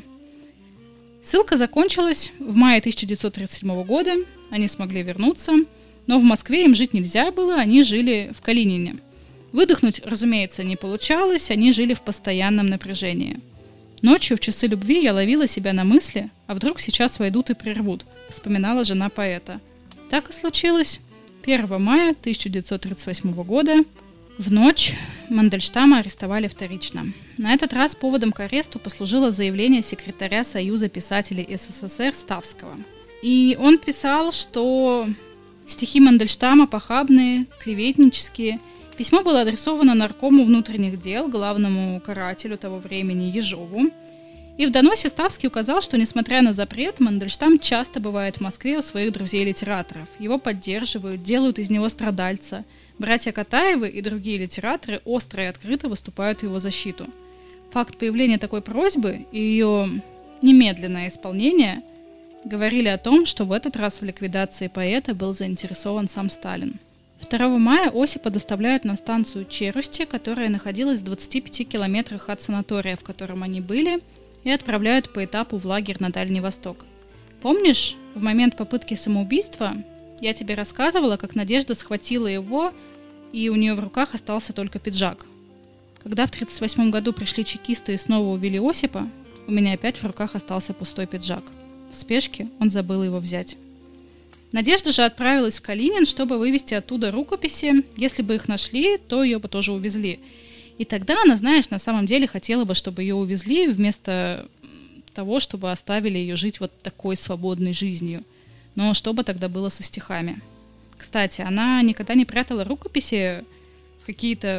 Ссылка закончилась в мае 1937 года, они смогли вернуться, но в Москве им жить нельзя было, они жили в Калинине. Выдохнуть, разумеется, не получалось, они жили в постоянном напряжении. Ночью в часы любви я ловила себя на мысли, а вдруг сейчас войдут и прервут, вспоминала жена поэта. Так и случилось. 1 мая 1938 года в ночь Мандельштама арестовали вторично. На этот раз поводом к аресту послужило заявление секретаря Союза писателей СССР Ставского. И он писал, что стихи Мандельштама похабные, клеветнические. Письмо было адресовано наркому внутренних дел, главному карателю того времени Ежову. И в доносе Ставский указал, что, несмотря на запрет, Мандельштам часто бывает в Москве у своих друзей-литераторов. Его поддерживают, делают из него страдальца. Братья Катаевы и другие литераторы остро и открыто выступают в его защиту. Факт появления такой просьбы и ее немедленное исполнение говорили о том, что в этот раз в ликвидации поэта был заинтересован сам Сталин. 2 мая Осипа доставляют на станцию Черусти, которая находилась в 25 километрах от санатория, в котором они были, и отправляют по этапу в лагерь на Дальний Восток. Помнишь, в момент попытки самоубийства я тебе рассказывала, как Надежда схватила его, и у нее в руках остался только пиджак. Когда в 1938 году пришли чекисты и снова убили Осипа, у меня опять в руках остался пустой пиджак. В спешке он забыл его взять. Надежда же отправилась в Калинин, чтобы вывезти оттуда рукописи. Если бы их нашли, то ее бы тоже увезли. И тогда она, знаешь, на самом деле хотела бы, чтобы ее увезли, вместо того, чтобы оставили ее жить вот такой свободной жизнью. Но что бы тогда было со стихами? Кстати, она никогда не прятала рукописи в какие-то,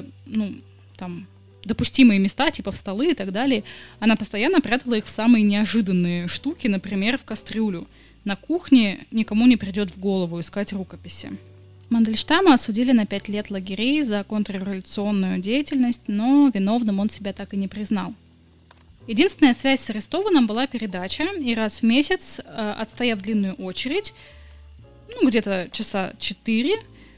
допустимые места, типа в столы и так далее. Она постоянно прятала их в самые неожиданные штуки, например, в кастрюлю. На кухне никому не придет в голову искать рукописи. Мандельштама осудили на 5 лет лагерей за контрреволюционную деятельность, но виновным он себя так и не признал. Единственная связь с арестованным была передача, и раз в месяц, отстояв длинную очередь, где-то часа 4,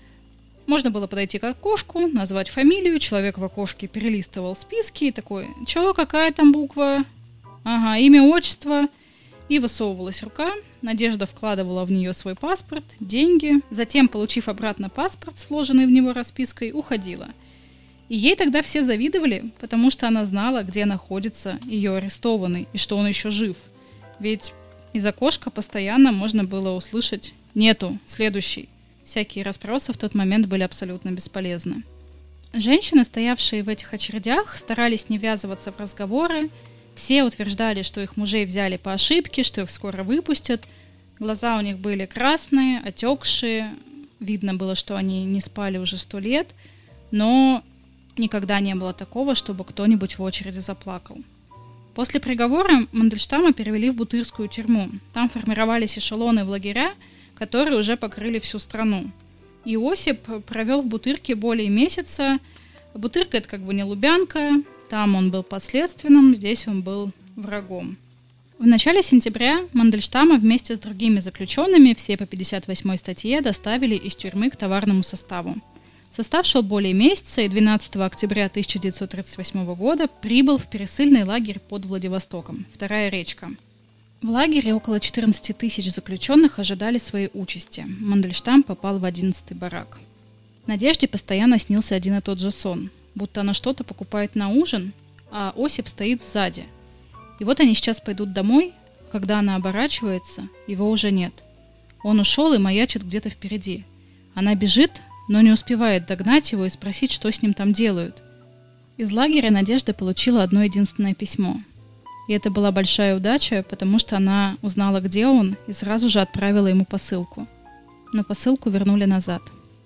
можно было подойти к окошку, назвать фамилию, человек в окошке перелистывал списки и такой: «Чё, какая там буква? Ага, имя, отчество». И высовывалась рука, Надежда вкладывала в нее свой паспорт, деньги, затем, получив обратно паспорт, сложенный в него распиской, уходила. И ей тогда все завидовали, потому что она знала, где находится ее арестованный и что он еще жив. Ведь из окошка постоянно можно было услышать «нету, следующий». Всякие расспросы в тот момент были абсолютно бесполезны. Женщины, стоявшие в этих очередях, старались не ввязываться в разговоры. Все утверждали, что их мужей взяли по ошибке, что их скоро выпустят. Глаза у них были красные, отекшие. Видно было, что они не спали уже 100 лет. Но никогда не было такого, чтобы кто-нибудь в очереди заплакал. После приговора Мандельштама перевели в Бутырскую тюрьму. Там формировались эшелоны в лагеря, которые уже покрыли всю страну. И Осип провел в Бутырке более месяца. Бутырка — это как бы не Лубянка. Там он был подследственным, здесь он был врагом. В начале сентября Мандельштама вместе с другими заключенными, все по 58-й статье, доставили из тюрьмы к товарному составу. Состав шел более месяца, и 12 октября 1938 года прибыл в пересыльный лагерь под Владивостоком, Вторая речка. В лагере около 14 тысяч заключенных ожидали своей участи. Мандельштам попал в 11-й барак. Надежде постоянно снился один и тот же сон, будто она что-то покупает на ужин, а Осип стоит сзади. И вот они сейчас пойдут домой, когда она оборачивается, его уже нет. Он ушел и маячит где-то впереди. Она бежит, но не успевает догнать его и спросить, что с ним там делают. Из лагеря Надежда получила одно единственное письмо. И это была большая удача, потому что она узнала, где он, и сразу же отправила ему посылку. Но посылку вернули назад.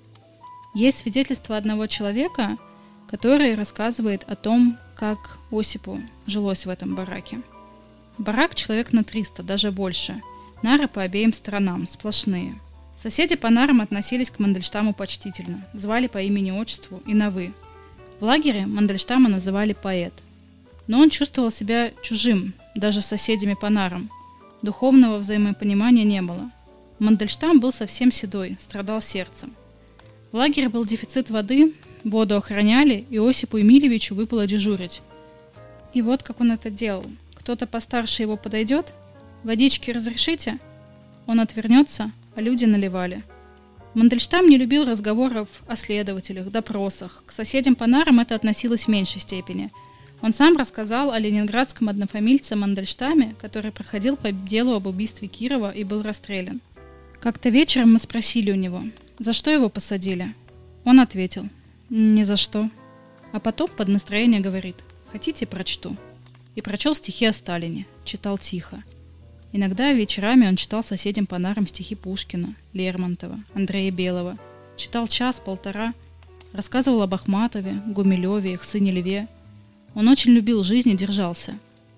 Есть свидетельство одного человека, который рассказывает о том, как Осипу жилось в этом бараке. Барак человек на 300, даже больше. Нары по обеим сторонам, сплошные. Соседи по нарам относились к Мандельштаму почтительно, звали по имени-отчеству и на «вы». В лагере Мандельштама называли поэт. Но он чувствовал себя чужим, даже с соседями по нарам. Духовного взаимопонимания не было. Мандельштам был совсем седой, страдал сердцем. В лагере был дефицит воды, воду охраняли, и Осипу Емельевичу выпало дежурить. И вот как он это делал. Кто-то постарше его подойдет: «Водички разрешите?» Он отвернется, а люди наливали. Мандельштам не любил разговоров о следователях, допросах. К соседям по нарам это относилось в меньшей степени. Он сам рассказал о ленинградском однофамильце Мандельштаме, который проходил по делу об убийстве Кирова и был расстрелян. Как-то вечером мы спросили у него, за что его посадили. Он ответил: «Ни за что». А потом под настроение говорит: «Хотите, прочту?» И прочел стихи о Сталине, читал тихо. Иногда вечерами он читал соседям по нарам стихи Пушкина, Лермонтова, Андрея Белого. Читал час-полтора, рассказывал об Ахматове, Гумилеве, их сыне Льве. Он очень любил жизнь и держался.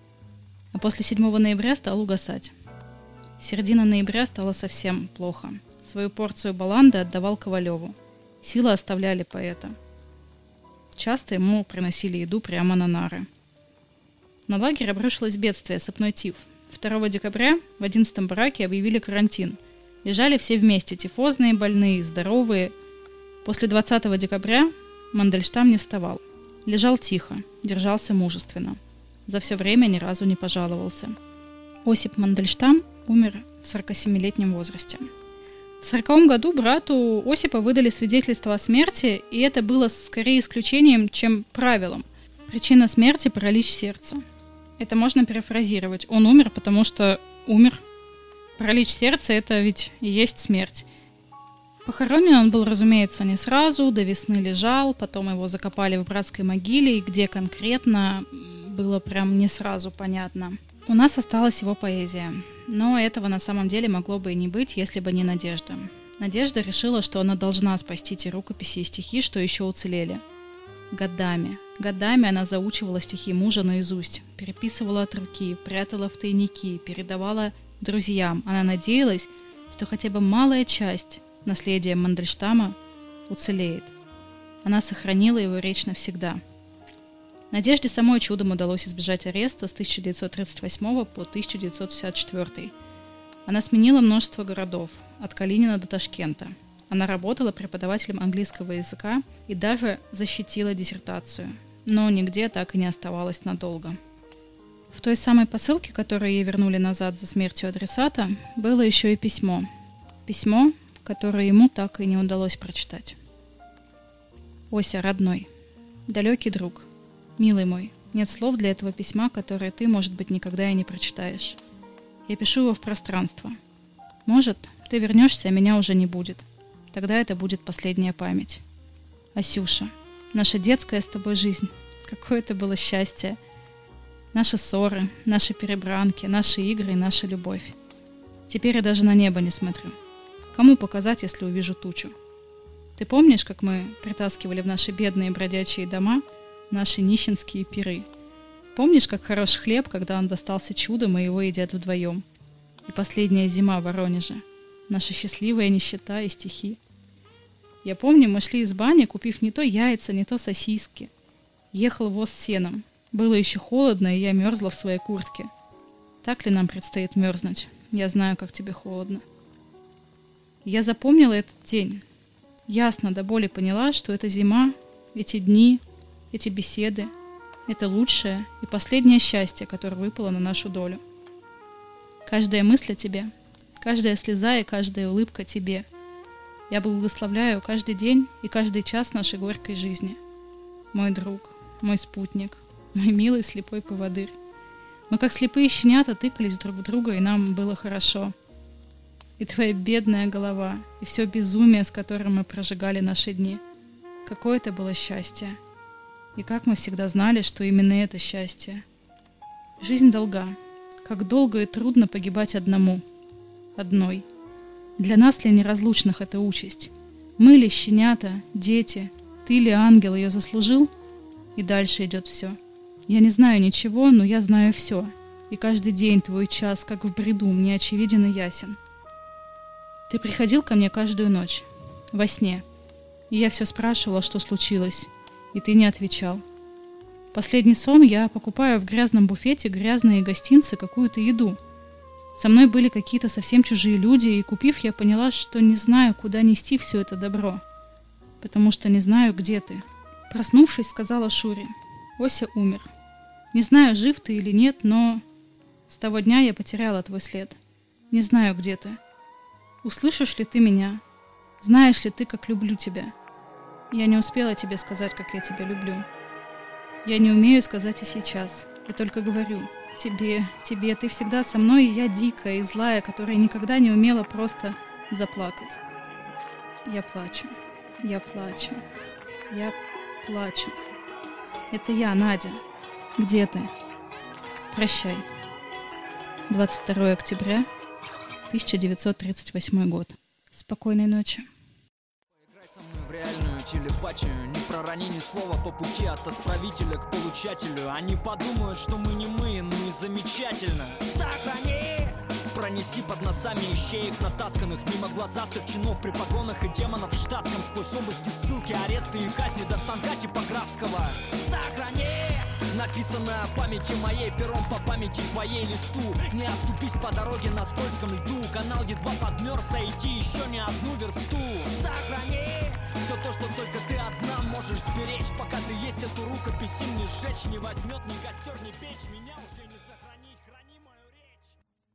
А после 7 ноября стал угасать. Середина ноября стало совсем плохо. Свою порцию баланды отдавал Ковалеву. Силы оставляли поэта. Часто ему приносили еду прямо на нары. На лагерь обрушилось бедствие, сыпной тиф. 2 декабря в 11-м бараке объявили карантин. Лежали все вместе, тифозные больные, здоровые. После 20 декабря Мандельштам не вставал. Лежал тихо, держался мужественно. За все время ни разу не пожаловался. Осип Мандельштам умер в 47-летнем возрасте. В 1940 году брату Осипа выдали свидетельство о смерти, и это было скорее исключением, чем правилом. Причина смерти – паралич сердца. Это можно перефразировать. Он умер, потому что умер. Паралич сердца – это ведь и есть смерть. Похоронен он был, разумеется, не сразу, до весны лежал, потом его закопали в братской могиле, и где конкретно, было прям не сразу понятно. У нас осталась его поэзия, но этого на самом деле могло бы и не быть, если бы не Надежда. Надежда решила, что она должна спасти те рукописи и стихи, что еще уцелели. Годами она заучивала стихи мужа наизусть, переписывала от руки, прятала в тайники, передавала друзьям. Она надеялась, что хотя бы малая часть наследия Мандельштама уцелеет. Она сохранила его речь навсегда. Надежде самой чудом удалось избежать ареста с 1938 по 1964. Она сменила множество городов, от Калинина до Ташкента. Она работала преподавателем английского языка и даже защитила диссертацию, но нигде так и не оставалась надолго. В той самой посылке, которую ей вернули назад за смертью адресата, было еще и письмо. Письмо, которое ему так и не удалось прочитать. «Ося, родной, далекий друг, милый мой, нет слов для этого письма, которое ты, может быть, никогда и не прочитаешь. Я пишу его в пространство. Может, ты вернешься, а меня уже не будет. Тогда это будет последняя память. Асюша, наша детская с тобой жизнь, какое это было счастье. Наши ссоры, наши перебранки, наши игры и наша любовь. Теперь я даже на небо не смотрю. Кому показать, если увижу тучу? Ты помнишь, как мы притаскивали в наши бедные бродячие дома наши нищенские пиры? Помнишь, как хорош хлеб, когда он достался чудом, и его едят вдвоем? И последняя зима в Воронеже. Наша счастливая нищета и стихи. Я помню, мы шли из бани, купив не то яйца, не то сосиски. Ехал воз с сеном. Было еще холодно, и я мерзла в своей куртке. Так ли нам предстоит мерзнуть? Я знаю, как тебе холодно. Я запомнила этот день. Ясно до боли поняла, что эта зима, эти дни, эти беседы — это лучшее и последнее счастье, которое выпало на нашу долю. Каждая мысль о тебе, каждая слеза и каждая улыбка тебе. Я благословляю каждый день и каждый час нашей горькой жизни. Мой друг, мой спутник, мой милый слепой поводырь. Мы, как слепые щенята, тыкались друг в друга, и нам было хорошо. И твоя бедная голова, и все безумие, с которым мы прожигали наши дни. Какое это было счастье. И как мы всегда знали, что именно это счастье. Жизнь долга. Как долго и трудно погибать одному. Одной. Для нас ли неразлучных это участь? Мы ли щенята, дети? Ты ли ангел ее заслужил? И дальше идет все. Я не знаю ничего, но я знаю все. И каждый день твой час, как в бреду, мне очевиден и ясен. Ты приходил ко мне каждую ночь, во сне, и я все спрашивала, что случилось, и ты не отвечал. Последний сон я покупаю в грязном буфете грязные гостинцы, какую-то еду. Со мной были какие-то совсем чужие люди, и купив, я поняла, что не знаю, куда нести все это добро, потому что не знаю, где ты. Проснувшись, сказала Шуре: Ося умер. Не знаю, жив ты или нет, но с того дня я потеряла твой след. Не знаю, где ты. Услышишь ли ты меня? Знаешь ли ты, как люблю тебя? Я не успела тебе сказать, как я тебя люблю. Я не умею сказать и сейчас. Я только говорю: тебе, ты всегда со мной, и я дикая и злая, которая никогда не умела просто заплакать. Я плачу, я плачу, я плачу. Это я, Надя. Где ты? Прощай. 22 октября 1938 год. Спокойной ночи. Поиграй со мной в реальную телепатию. Не пророни ни слова по пути от отправителя к получателю. Они подумают, что мы не мы, ну и замечательно. Сохрани! Пронеси под носами ищеек натасканных, мимо глазастых чинов при погонах и демонов в штатском, сквозь обыски, ссылки, аресты и казни до станка типографского. Сохрани! написанная памяти моей, пером по памяти твоей листу. Не оступись по дороге на скользком льду, канал едва подмерз, сойти еще не одну версту. Сохрани все то, что только ты одна можешь сберечь, пока ты есть эту рукопись, им не сжечь, не возьмет ни костер, ни печь, меня уже не сохранить, храни мою речь.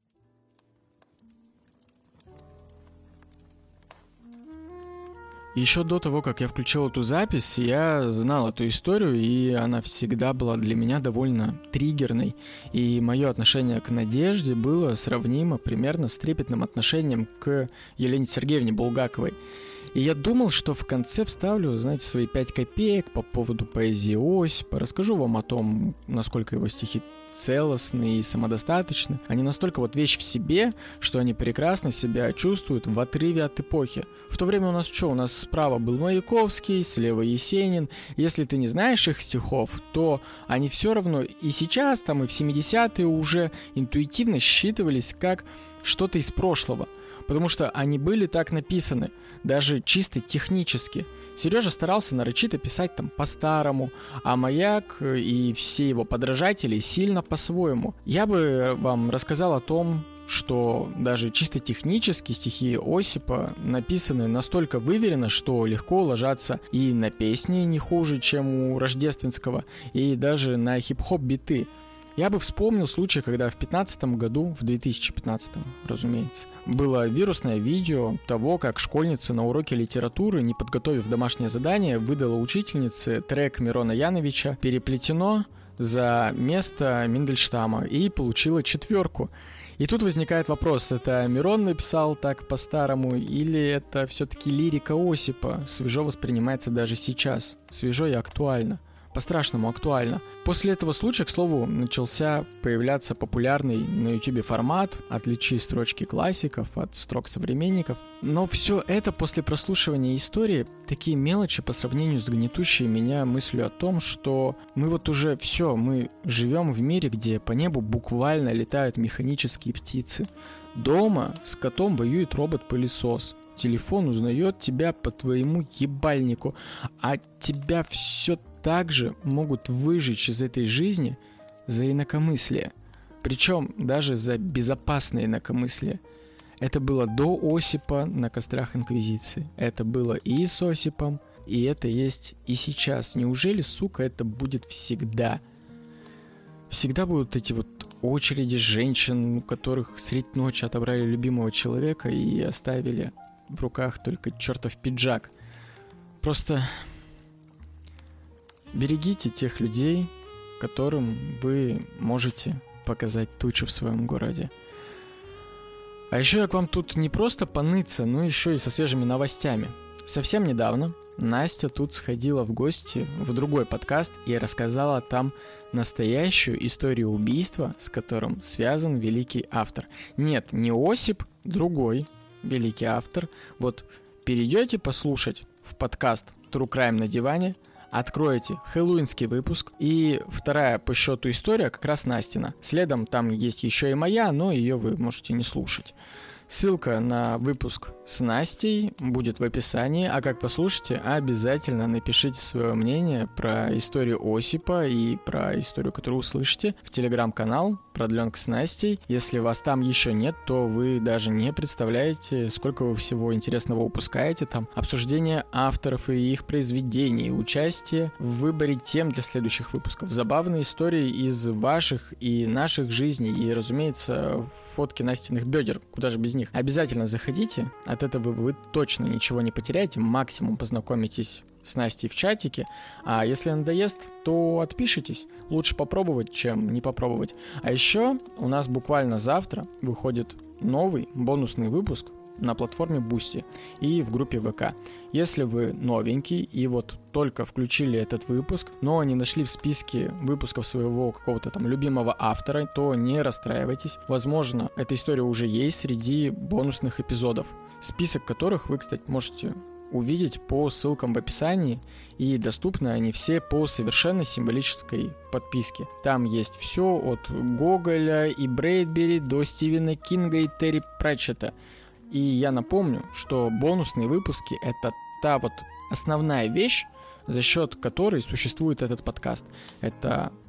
Еще до того, как я включил эту запись, я знал эту историю, и она всегда была для меня довольно триггерной. И мое отношение к Надежде было сравнимо примерно с трепетным отношением к Елене Сергеевне Булгаковой. И я думал, что в конце вставлю, знаете, свои 5 копеек по поводу поэзии Осипа, расскажу вам о том, насколько его стихи целостны и самодостаточны. Они настолько вот вещь в себе, что они прекрасно себя чувствуют в отрыве от эпохи. В то время у нас что? У нас справа был Маяковский, слева Есенин. Если ты не знаешь их стихов, то они все равно и сейчас, там и в 70-е уже интуитивно считывались как что-то из прошлого. Потому что они были так написаны, даже чисто технически. Сережа старался нарочито писать там по-старому, а Маяк и все его подражатели сильно по-своему. Я бы вам рассказал о том, что даже чисто технически стихи Осипа написаны настолько выверенно, что легко ложатся и на песни не хуже, чем у Рождественского, и даже на хип-хоп биты. Я бы вспомнил случай, когда в 2015 году, в 2015, разумеется, было вирусное видео того, как школьница на уроке литературы, не подготовив домашнее задание, выдала учительнице трек Мирона Яновича «Переплетено» за место Мандельштама и получила 4. И тут возникает вопрос, это Мирон написал так по-старому, или это все-таки лирика Осипа, свежо воспринимается даже сейчас, свежо и актуально. По-страшному актуально. После этого случая, к слову, начался появляться популярный на YouTube формат «Отличи строчки классиков от строк современников». Но все это после прослушивания истории такие мелочи по сравнению с гнетущей меня мыслью о том, что мы вот уже все, мы живем в мире, где по небу буквально летают механические птицы. Дома с котом воюет робот-пылесос. Телефон узнает тебя по твоему ебальнику, а тебя все также могут выжечь из этой жизни за инакомыслие. Причем даже за безопасное инакомыслие. Это было до Осипа на кострах Инквизиции. Это было и с Осипом, и это есть и сейчас. Неужели, сука, это будет всегда? Всегда будут эти вот очереди женщин, у которых средь ночи отобрали любимого человека и оставили в руках только чертов пиджак. Просто берегите тех людей, которым вы можете показать тучу в своем городе. А еще я к вам тут не просто поныться, но еще и со свежими новостями. Совсем недавно Настя тут сходила в гости в другой подкаст и рассказала там настоящую историю убийства, с которым связан великий автор. Нет, не Осип, другой великий автор. Вот перейдете послушать в подкаст True Crime на диване, откроете хэллоуинский выпуск, и вторая по счету история как раз Настина. Следом там есть еще и моя, но ее вы можете не слушать. Ссылка на выпуск с Настей будет в описании, а как послушаете, обязательно напишите свое мнение про историю Осипа и про историю, которую услышите, в телеграм-канал «Продленка с Настей». Если вас там еще нет, то вы даже не представляете, сколько вы всего интересного упускаете там. Обсуждение авторов и их произведений, участие в выборе тем для следующих выпусков, забавные истории из ваших и наших жизней и, разумеется, фотки Настиных бедер, куда же без них. Обязательно заходите, от этого вы точно ничего не потеряете, максимум познакомитесь с Настей в чатике, а если надоест, то отпишитесь. Лучше попробовать, чем не попробовать. А еще у нас буквально завтра выходит новый бонусный выпуск на платформе Boosty и в группе ВК. Если вы новенький и вот только включили этот выпуск, но не нашли в списке выпусков своего какого-то там любимого автора, то не расстраивайтесь. Возможно, эта история уже есть среди бонусных эпизодов, список которых вы, кстати, можете увидеть по ссылкам в описании, и доступны они все по совершенно символической подписке. Там есть все от Гоголя и Брэдбери до Стивена Кинга и Терри Пратчетта. И я напомню, что бонусные выпуски — это та вот основная вещь, за счет которой существует этот подкаст. Это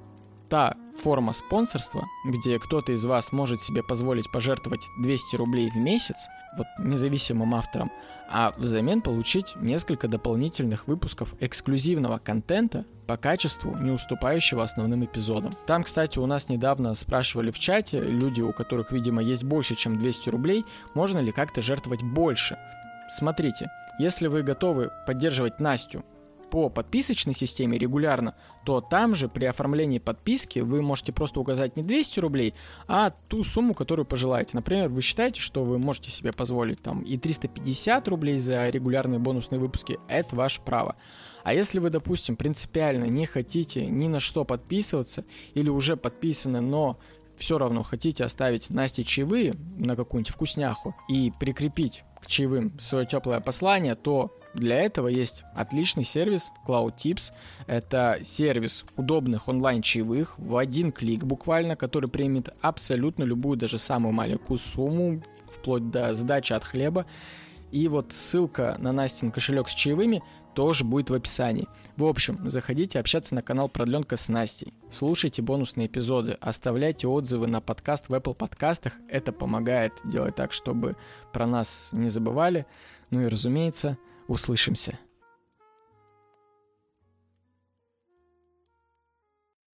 та форма спонсорства, где кто-то из вас может себе позволить пожертвовать 200 рублей в месяц, вот независимым авторам, а взамен получить несколько дополнительных выпусков эксклюзивного контента по качеству, не уступающего основным эпизодам. Там, кстати, у нас недавно спрашивали в чате, люди, у которых, видимо, есть больше, чем 200 рублей, можно ли как-то жертвовать больше. Смотрите, если вы готовы поддерживать Настю по подписочной системе регулярно, то там же при оформлении подписки вы можете просто указать не 200 рублей, а ту сумму, которую пожелаете. Например, вы считаете, что вы можете себе позволить там и 350 рублей за регулярные бонусные выпуски, это ваше право. А если вы, допустим, принципиально не хотите ни на что подписываться или уже подписаны, но все равно хотите оставить Насте чаевые на какую-нибудь вкусняху и прикрепить к чаевым свое теплое послание, то для этого есть отличный сервис CloudTips. Это сервис удобных онлайн-чаевых в один клик буквально, который примет абсолютно любую, даже самую маленькую сумму, вплоть до сдачи от хлеба. И вот ссылка на Настин кошелек с чаевыми тоже будет в описании. В общем, заходите общаться на канал Продленка с Настей. Слушайте бонусные эпизоды, оставляйте отзывы на подкаст в Apple подкастах. Это помогает делать так, чтобы про нас не забывали. Ну и разумеется, услышимся.